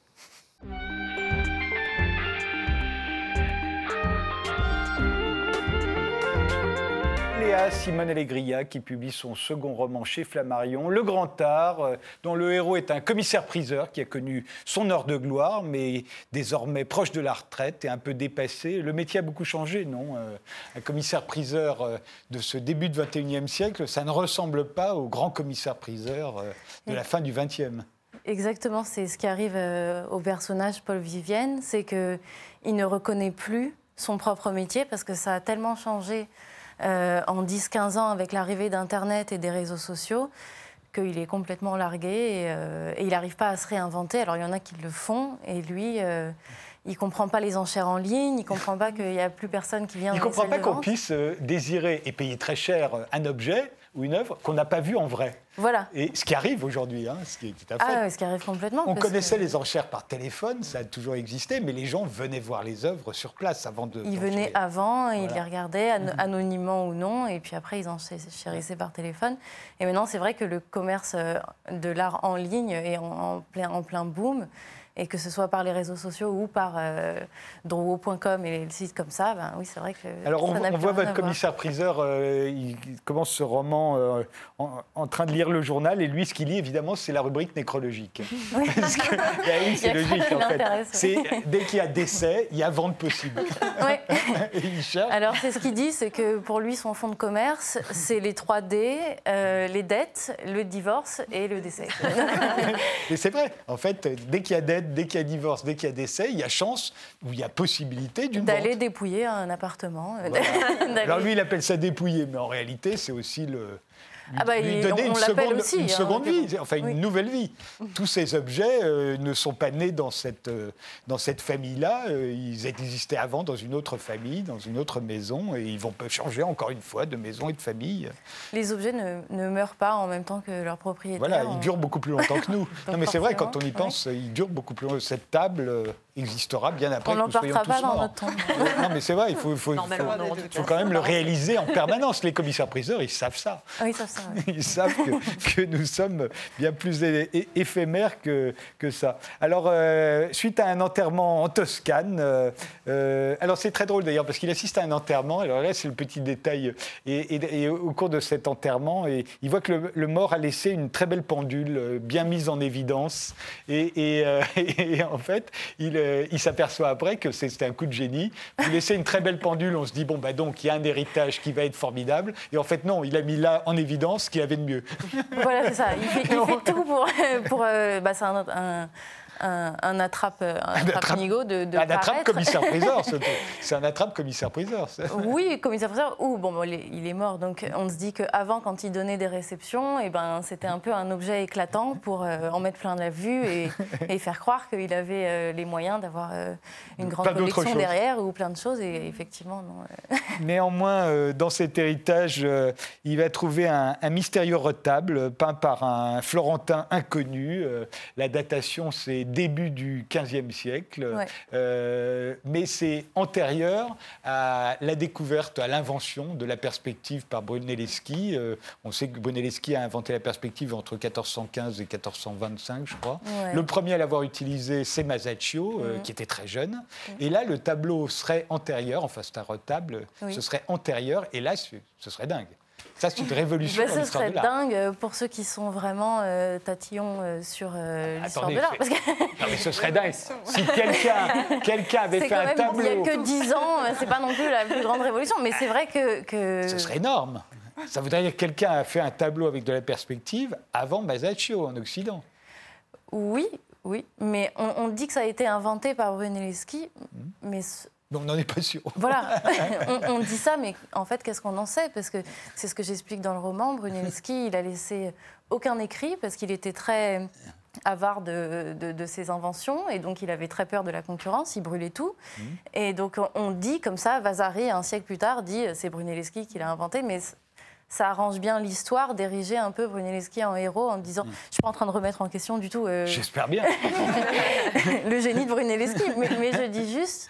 Léa Simone Allegria qui publie son second roman chez Flammarion, Le Grand Art, euh, dont le héros est un commissaire-priseur qui a connu son heure de gloire, mais désormais proche de la retraite et un peu dépassé. Le métier a beaucoup changé, non? Euh, Un commissaire-priseur euh, de ce début du vingt et unième siècle, ça ne ressemble pas au grand commissaire-priseur euh, de la fin du vingtième. Exactement, c'est ce qui arrive euh, au personnage Paul Vivienne, c'est qu'il ne reconnaît plus son propre métier parce que ça a tellement changé euh, en dix quinze ans avec l'arrivée d'Internet et des réseaux sociaux qu'il est complètement largué et, euh, et il n'arrive pas à se réinventer. Alors il y en a qui le font et lui, euh, il ne comprend pas les enchères en ligne, il ne comprend pas qu'il n'y a plus personne qui vient Il ne dans les comprend salles pas de qu'on vente. puisse euh, désirer et payer très cher euh, un objet ou une œuvre qu'on n'a pas vu en vrai. Voilà. Et ce qui arrive aujourd'hui, hein, ce qui est tout à fait. Ah, ouais, ce qui arrive complètement. On parce connaissait que les enchères par téléphone, ça a toujours existé, mais les gens venaient voir les œuvres sur place avant de. Ils d'enchaîner. venaient avant, et ils Voilà. les regardaient an- anonymement ou non, et puis après ils enchérissaient par téléphone. Et maintenant, c'est vrai que le commerce euh, de l'art en ligne est en, en plein, en plein boom, et que ce soit par les réseaux sociaux ou par euh, drouot point com et les sites comme ça, ben oui, c'est vrai que Alors on, ça n'a on plus voit rien à votre voir. commissaire-priseur, euh, il commence ce roman euh, en, en train de lire le journal, et lui, ce qu'il lit, évidemment, c'est la rubrique nécrologique. Oui. Parce que, bah oui, c'est Il y a logique, ça en qui fait. l'intéresse, C'est, dès qu'il y a décès, il y a vente possible. Ouais. Et il cherche. Alors, c'est ce qu'il dit, c'est que pour lui, son fonds de commerce, c'est les trois D, euh, les dettes, le divorce et le décès. Et c'est vrai, en fait, dès qu'il y a dette, dès qu'il y a divorce, dès qu'il y a décès, il y a chance ou il y a possibilité d'une D'aller vente. dépouiller un appartement. euh, Voilà. d'aller- Alors lui, il appelle ça dépouiller, mais en réalité, c'est aussi le... lui, Ah bah, lui il- donner on une l'appelle seconde, aussi, une hein, seconde mais vie, bon. enfin une Oui. nouvelle vie. Tous ces objets euh, ne sont pas nés dans cette, euh, dans cette famille-là, euh, ils existaient avant dans une autre famille, dans une autre maison, et ils vont peuvent changer encore une fois de maison et de famille. Les objets ne, ne meurent pas en même temps que leur propriétaire. Voilà, On- ils durent beaucoup plus longtemps que nous. Non mais c'est vrai, quand on y forcément, pense, ils durent beaucoup plus longtemps. Cette table euh, existera bien après On que nous soyons l'emportera tous pas dans morts. notre tombe. Non mais c'est vrai, il faut, il faut, Normalement, faut- non, en tout faut cas. quand même le réaliser en permanence. Les commissaires-priseurs, ils savent ça. Oui, ça, ça. ça. Ouais. Ils savent que, que nous sommes bien plus é- é- éphémères que, que ça. Alors, euh, suite à un enterrement en Toscane, euh, euh, alors c'est très drôle d'ailleurs, parce qu'il assiste à un enterrement, alors là c'est le petit détail, et, et- et au cours de cet enterrement, et, il voit que le, le mort a laissé une très belle pendule, euh, bien mise en évidence, et, et, euh, et en fait, il, euh, il s'aperçoit après que c'est- c'était un coup de génie. Vous laissez une très belle pendule, on se dit, bon, bah donc il y a un héritage qui va être formidable, et en fait non, il a mis là en évidence ce qu'il avait de mieux. Voilà, c'est ça. Il fait, il fait tout pour... pour euh, bah, c'est un, un, un, un attrape, un attrape-nigo de, de Un attrape paraître. commissaire-priseur, surtout. C'est un attrape commissaire-priseur. ça. Oui, commissaire-priseur, ou bon, bon, il est- il est mort, donc on se dit qu'avant, quand il donnait des réceptions, eh ben, c'était un peu un objet éclatant pour euh, en mettre plein la vue et, et faire croire qu'il avait euh, les moyens d'avoir euh, une grande Plein d'autres collection choses. derrière ou plein de choses, et effectivement, non. euh. Néanmoins, euh, dans cet héritage, euh, il va trouver un, un mystérieux retable euh, peint par un Florentin inconnu. Euh, la datation, c'est début du quinzième siècle, Ouais. Euh, mais c'est antérieur à la découverte, à l'invention de la perspective par Brunelleschi. Euh, on sait que Brunelleschi a inventé la perspective entre quatorze cent quinze et quatorze cent vingt-cinq, je crois. Ouais. Le premier à l'avoir utilisé, c'est Masaccio, euh, Mhm. qui était très jeune. Et là, le tableau serait antérieur, enfin c'est un retable, Oui. ce serait antérieur, et là, ce ce serait dingue. Ça, c'est une révolution Ben, dans ce l'histoire serait de l'art. dingue pour ceux qui sont vraiment euh, tatillons euh, sur euh, l'histoire Attendez, de l'art. c'est- Parce que Non, mais ce serait dingue. Si quelqu'un quelqu'un avait c'est fait quand un même, tableau, il n'y a que dix ans, euh, c'est pas non plus la plus grande révolution, mais c'est vrai que... que... ce serait énorme. Ça voudrait dire que quelqu'un a fait un tableau avec de la perspective avant Masaccio en Occident. Oui, oui, mais on, on dit que ça a été inventé par Brunelleschi, Mhm. mais ce- Mais on n'en est pas sûr. voilà, on, on dit ça, mais en fait, qu'est-ce qu'on en sait? Parce que c'est ce que j'explique dans le roman. Brunelleschi, il a laissé aucun écrit parce qu'il était très avare de, de- de ses inventions et donc il avait très peur de la concurrence, il brûlait tout. Mhm. Et donc on- on dit comme ça, Vasari, un siècle plus tard, dit c'est Brunelleschi qui l'a inventé, mais c- ça arrange bien l'histoire d'ériger un peu Brunelleschi en héros en disant je suis pas en train de remettre en question du tout euh, J'espère bien. le génie de Brunelleschi, mais, mais je dis juste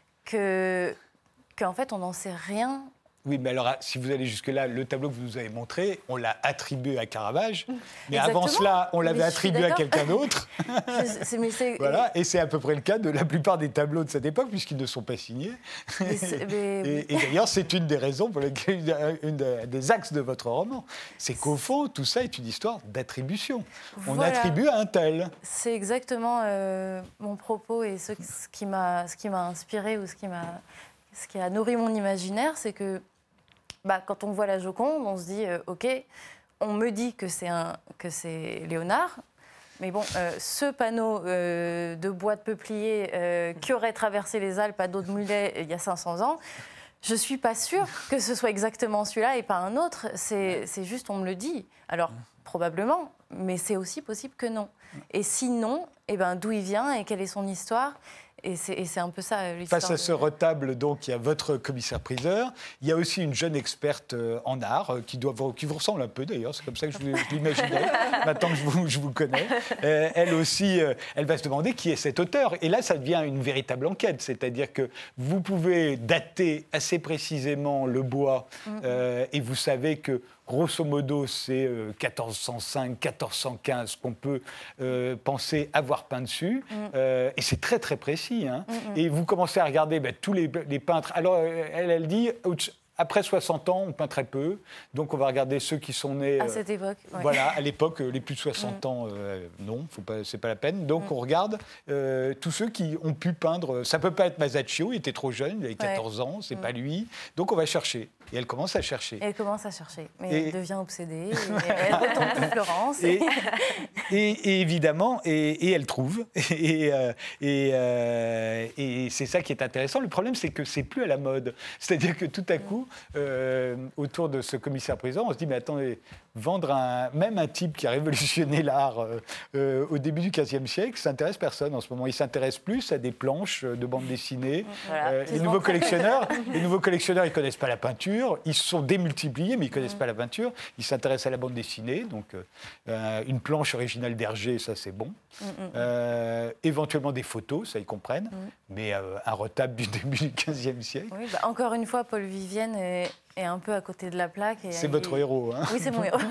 que qu'en fait on n'en sait rien. Oui, mais alors, si vous allez jusque-là, le tableau que vous nous avez montré, on l'a attribué à Caravage. Mais avant Exactement. cela, on Mais l'avait je suis attribué à d'accord. quelqu'un d'autre. Je- c'est- mais c'est- Voilà, et c'est à peu près le cas de la plupart des tableaux de cette époque, puisqu'ils ne sont pas signés. mais c'est- mais oui. Et, et d'ailleurs, c'est une des raisons pour lesquelles, une des- des axes de votre roman, c'est qu'au fond, tout ça est une histoire d'attribution. On Voilà. attribue à un tel. C'est exactement euh, mon propos et ce, ce qui m'a ce qui m'a inspiré ou ce qui m'a ce qui a nourri mon imaginaire, c'est que bah, quand on voit la Joconde, on se dit euh, ok, on me dit que c'est un que c'est Léonard, mais bon, euh, ce panneau euh, de bois de peuplier euh, qui aurait traversé les Alpes à dos de mulet il y a cinq cents ans. Je ne suis pas sûre que ce soit exactement celui-là et pas un autre. C'est c'est juste, on me le dit. Alors, probablement, mais c'est aussi possible que non. Et sinon, eh ben, d'où il vient et quelle est son histoire? Et c'est et c'est un peu ça, euh, l'histoire. Face à de- ce retable, donc, il y a votre commissaire-priseur. Il y a aussi une jeune experte euh, en art euh, qui, doit vous, qui vous ressemble un peu, d'ailleurs. C'est comme ça que je, l'ai- je l'imaginais, maintenant que je vous, je vous connais. Euh, elle aussi, euh, elle va se demander qui est cet auteur. Et là, ça devient une véritable enquête. C'est-à-dire que vous pouvez dater assez précisément le bois euh, et vous savez que grosso modo, c'est euh, quatorze cent cinq, quatorze cent quinze qu'on peut euh, penser avoir peint dessus. Euh, et c'est très, très précis. Hein. Et vous commencez à regarder ben, tous les, les peintres. Alors, euh, elle, elle dit, après soixante ans, on peint très peu. Donc, on va regarder ceux qui sont nés... À euh, cette époque. ouais. Voilà, à l'époque, euh, les plus de soixante ans, euh, non, faut pas, c'est pas la peine. Donc, on regarde euh, tous ceux qui ont pu peindre. Ça peut pas être Masaccio, il était trop jeune, il avait quatorze ans, c'est pas lui. Donc, on va chercher. Et elle commence à chercher. Et elle commence à chercher. Mais Et- elle devient obsédée. Et elle retourne tout Florence. Et, et- et évidemment, et, et elle trouve. Et, euh, et, euh, et c'est ça qui est intéressant. Le problème, c'est que c'est plus à la mode. C'est-à-dire que tout à coup, euh, autour de ce commissaire-priseur, on se dit, mais attendez, vendre un, même un type qui a révolutionné l'art euh, euh, au début du quinzième siècle, ça n'intéresse personne en ce moment. Il s'intéresse plus à des planches de bande dessinée. Voilà, Euh, qui les se nouveaux vendent. collectionneurs, les nouveaux collectionneurs, ils connaissent pas la peinture. Ils se sont démultipliés, mais ils connaissent pas la peinture. Ils s'intéressent à la bande dessinée. Donc, euh, euh, une planche originale d'Hergé, ça c'est bon. Euh, éventuellement des photos, ça ils comprennent. Mais euh, un retable du début du quinzième siècle. Oui, bah, encore une fois, Paul Vivienne est, est un peu à côté de la plaque. Et c'est il, votre héros. Hein. Oui, c'est mon héros.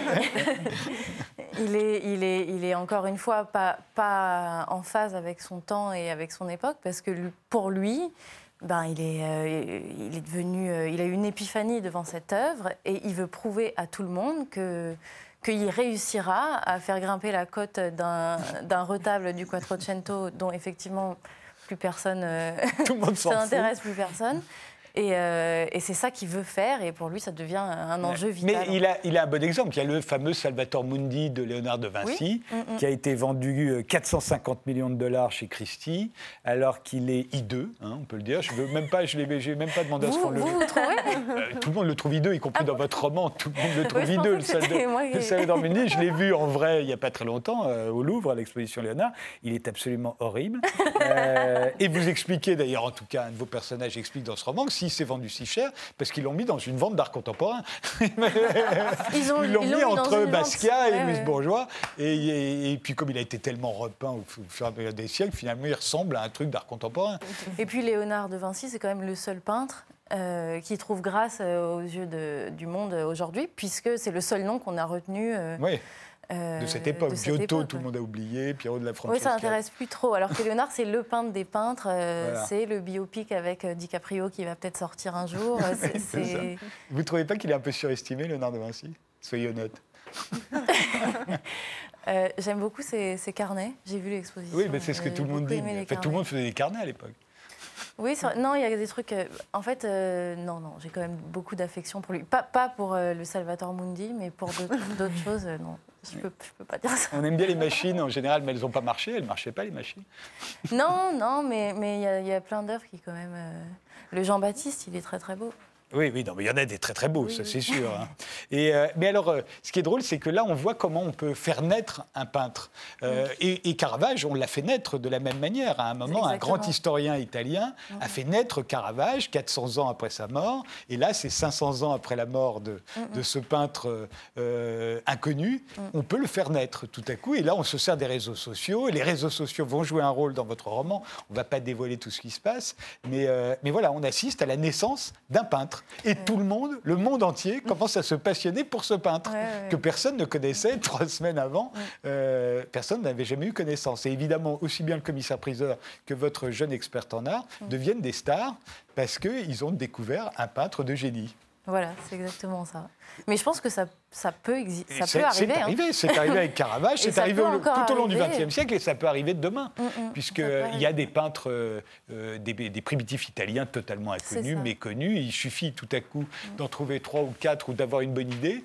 il, est, il, est, il est encore une fois pas, pas en phase avec son temps et avec son époque, parce que pour lui, ben, il, est, euh, il est devenu, euh, il a eu une épiphanie devant cette œuvre et il veut prouver à tout le monde que qu'il réussira à faire grimper la cote d'un, d'un retable du Quattrocento dont effectivement plus personne euh, Tout le monde s'en ça fout. n'intéresse plus personne. Et, euh, et c'est ça qu'il veut faire, et pour lui, ça devient un enjeu vital. Mais il a, il a un bon exemple. Il y a le fameux Salvator Mundi de Léonard de Vinci, oui. mm-hmm. qui a été vendu quatre cent cinquante millions de dollars chez Christie, alors qu'il est hideux, hein, on peut le dire. Je veux même pas, je n'ai même pas demandé à ce qu'on le... Vous vous trouvez euh, Tout le monde le trouve hideux, y compris ah, dans votre roman. Tout le monde le trouve oui, hideux, le Salvator Salvator Mundi. Je l'ai vu en vrai il n'y a pas très longtemps, euh, au Louvre, à l'exposition Léonard. Il est absolument horrible. euh, et vous expliquez, d'ailleurs, en tout cas, un de vos personnages explique dans ce roman que si c'est vendu si cher, parce qu'ils l'ont mis dans une vente d'art contemporain. Ils, ont, ils l'ont ils mis, mis entre Basquiat et ouais, Louis ouais. Bourgeois. Et, et, et puis, comme il a été tellement repeint au fur et à mesure des siècles, finalement, il ressemble à un truc d'art contemporain. Et puis, Léonard de Vinci, c'est quand même le seul peintre euh, qui trouve grâce euh, aux yeux de, du monde aujourd'hui, puisque c'est le seul nom qu'on a retenu. Euh, oui. De cette époque. De cette Giotto, époque, tout le monde a oublié, Piero de la Francesca. Oui, ça n'intéresse plus trop. Alors que Léonard, c'est le peintre des peintres. Euh, voilà. C'est le biopic avec DiCaprio qui va peut-être sortir un jour. C'est, c'est... Vous ne trouvez pas qu'il est un peu surestimé, Léonard de Vinci ? Soyez honnête. euh, j'aime beaucoup ses, ses carnets. J'ai vu l'exposition. Oui, mais c'est ce que tout le monde dit. En fait, tout le monde faisait des carnets à l'époque. Oui, ça, non, il y a des trucs... Euh, en fait, euh, non, non, j'ai quand même beaucoup d'affection pour lui. Pas, pas pour euh, le Salvator Mundi, mais pour d'autres, d'autres choses, euh, non. Je ne peux, je peux pas dire ça. On aime bien les machines en général, mais elles n'ont pas marché. Elles ne marchaient pas, les machines. Non, non, mais il mais y, y a plein d'œuvres qui, quand même... Euh, le Jean-Baptiste, il est très, très beau. Oui, oui, non, mais il y en a des très très beaux, oui, ça oui. c'est sûr. Hein. Et, euh, mais alors, euh, ce qui est drôle, c'est que là, on voit comment on peut faire naître un peintre. Euh, oui. et, et Caravage, on l'a fait naître de la même manière. À un moment, Exactement. un grand historien italien mm-hmm. a fait naître Caravage quatre cents ans après sa mort. Et là, c'est cinq cents ans après la mort de, mm-hmm. de ce peintre euh, inconnu. Mm. On peut le faire naître tout à coup. Et là, on se sert des réseaux sociaux. Et les réseaux sociaux vont jouer un rôle dans votre roman. On ne va pas dévoiler tout ce qui se passe. Mais, euh, mais voilà, on assiste à la naissance d'un peintre. Et tout le monde, le monde entier, commence à se passionner pour ce peintre, ouais, ouais. que personne ne connaissait trois semaines avant. Ouais. Euh, personne n'avait jamais eu connaissance. Et évidemment, aussi bien le commissaire-priseur que votre jeune experte en art ouais. deviennent des stars parce qu'ils ont découvert un peintre de génie. Voilà, c'est exactement ça. Mais je pense que ça, ça peut exister, ça c'est, peut arriver. C'est arrivé, hein. c'est arrivé avec Caravage, c'est arrivé au, tout au long du vingtième siècle et ça peut arriver demain. Mm-hmm. Puisqu'il y a des peintres, euh, des, des primitifs italiens totalement inconnus, méconnus. Il suffit tout à coup mm. d'en trouver trois ou quatre ou d'avoir une bonne idée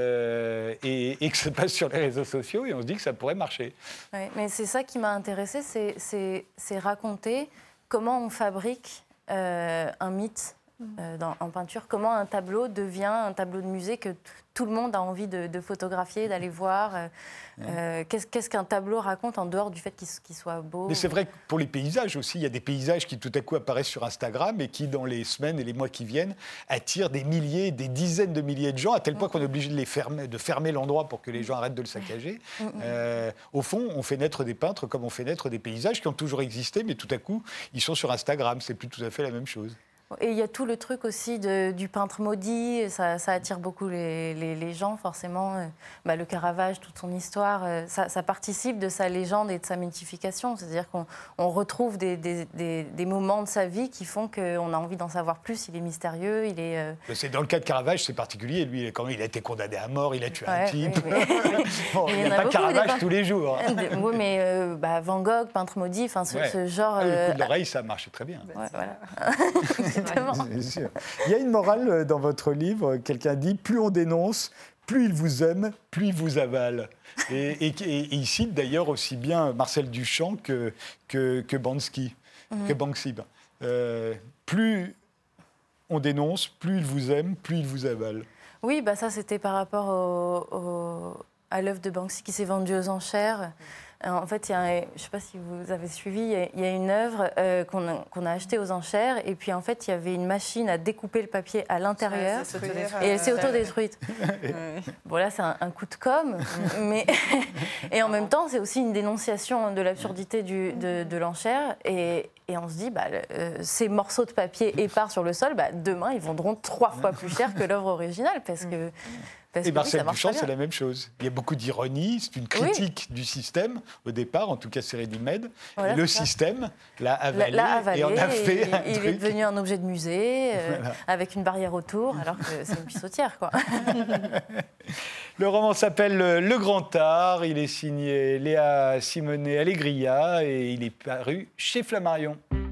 euh, et, et que ça passe sur les réseaux sociaux et on se dit que ça pourrait marcher. Ouais, mais c'est ça qui m'a intéressée, c'est, c'est, c'est raconter comment on fabrique euh, un mythe. Euh, dans, en peinture, comment un tableau devient un tableau de musée que t- tout le monde a envie de, de photographier, d'aller voir. Euh, ouais. euh, qu'est-ce, qu'est-ce qu'un tableau raconte en dehors du fait qu'il, qu'il soit beau ? Mais c'est vrai que pour les paysages aussi, il y a des paysages qui tout à coup apparaissent sur Instagram et qui, dans les semaines et les mois qui viennent, attirent des milliers, des dizaines de milliers de gens, à tel point mmh. qu'on est obligé de, les fermer, de fermer l'endroit pour que les gens arrêtent de le saccager. Mmh. Euh, au fond, on fait naître des peintres comme on fait naître des paysages qui ont toujours existé, mais tout à coup, ils sont sur Instagram. C'est plus tout à fait la même chose. Et il y a tout le truc aussi de, du peintre maudit, ça, ça attire beaucoup les, les, les gens, forcément. Euh, bah, le Caravage, toute son histoire, euh, ça, ça participe de sa légende et de sa mythification. C'est-à-dire qu'on on retrouve des, des, des, des moments de sa vie qui font qu'on a envie d'en savoir plus. Il est mystérieux, il est... Euh... C'est, dans le cas de Caravage, c'est particulier. Lui, quand même, il a été condamné à mort, il a tué ouais, un type. Oui, mais... bon, il n'y a, a pas Caravage peintres... tous les jours. Hein. Oui, mais euh, bah, Van Gogh, peintre maudit, ce, ouais. ce genre... Ah, le coup de l'oreille, ça marchait très bien. Ouais, voilà. C'est sûr. Il y a une morale dans votre livre, quelqu'un dit « Plus on dénonce, plus il vous aime, plus il vous avale ». Et, et, et il cite d'ailleurs aussi bien Marcel Duchamp que, que, que Banksy. Mm-hmm. Que Banksy. Euh, plus on dénonce, plus il vous aime, plus il vous avale. Oui, bah ça c'était par rapport au, au, à l'œuvre de Banksy qui s'est vendue aux enchères. En fait, il y a un- je ne sais pas si vous avez suivi, il y a, il y a une œuvre euh, qu'on a, qu'on a achetée aux enchères, et puis en fait, il y avait une machine à découper le papier à l'intérieur, Ouais, c'est s'autodétruire. et elle s'est Euh, autodétruite. Ouais. Bon, là, c'est un, un coup de com', mais et en même temps, c'est aussi une dénonciation de l'absurdité du, de, de l'enchère, et, et on se dit, bah, le- euh, ces morceaux de papier épars sur le sol, bah, demain, ils vendront trois fois plus cher que l'œuvre originale, parce que... Parce Et que oui, Marcel ça marche Duchamp, très c'est bien. la même chose. Il y a beaucoup d'ironie, c'est une critique du système, au départ, en tout cas c'est Ready-Made. Voilà, Et le c'est ça. système l'a L'a- avalé, l'a avalé, et on a fait et un il truc. est devenu un objet de musée, euh, Voilà. avec une barrière autour, alors que c'est une pissotière, quoi. Le roman s'appelle Le Grand Art, il est signé Léa Simonet Allegria et il est paru chez Flammarion.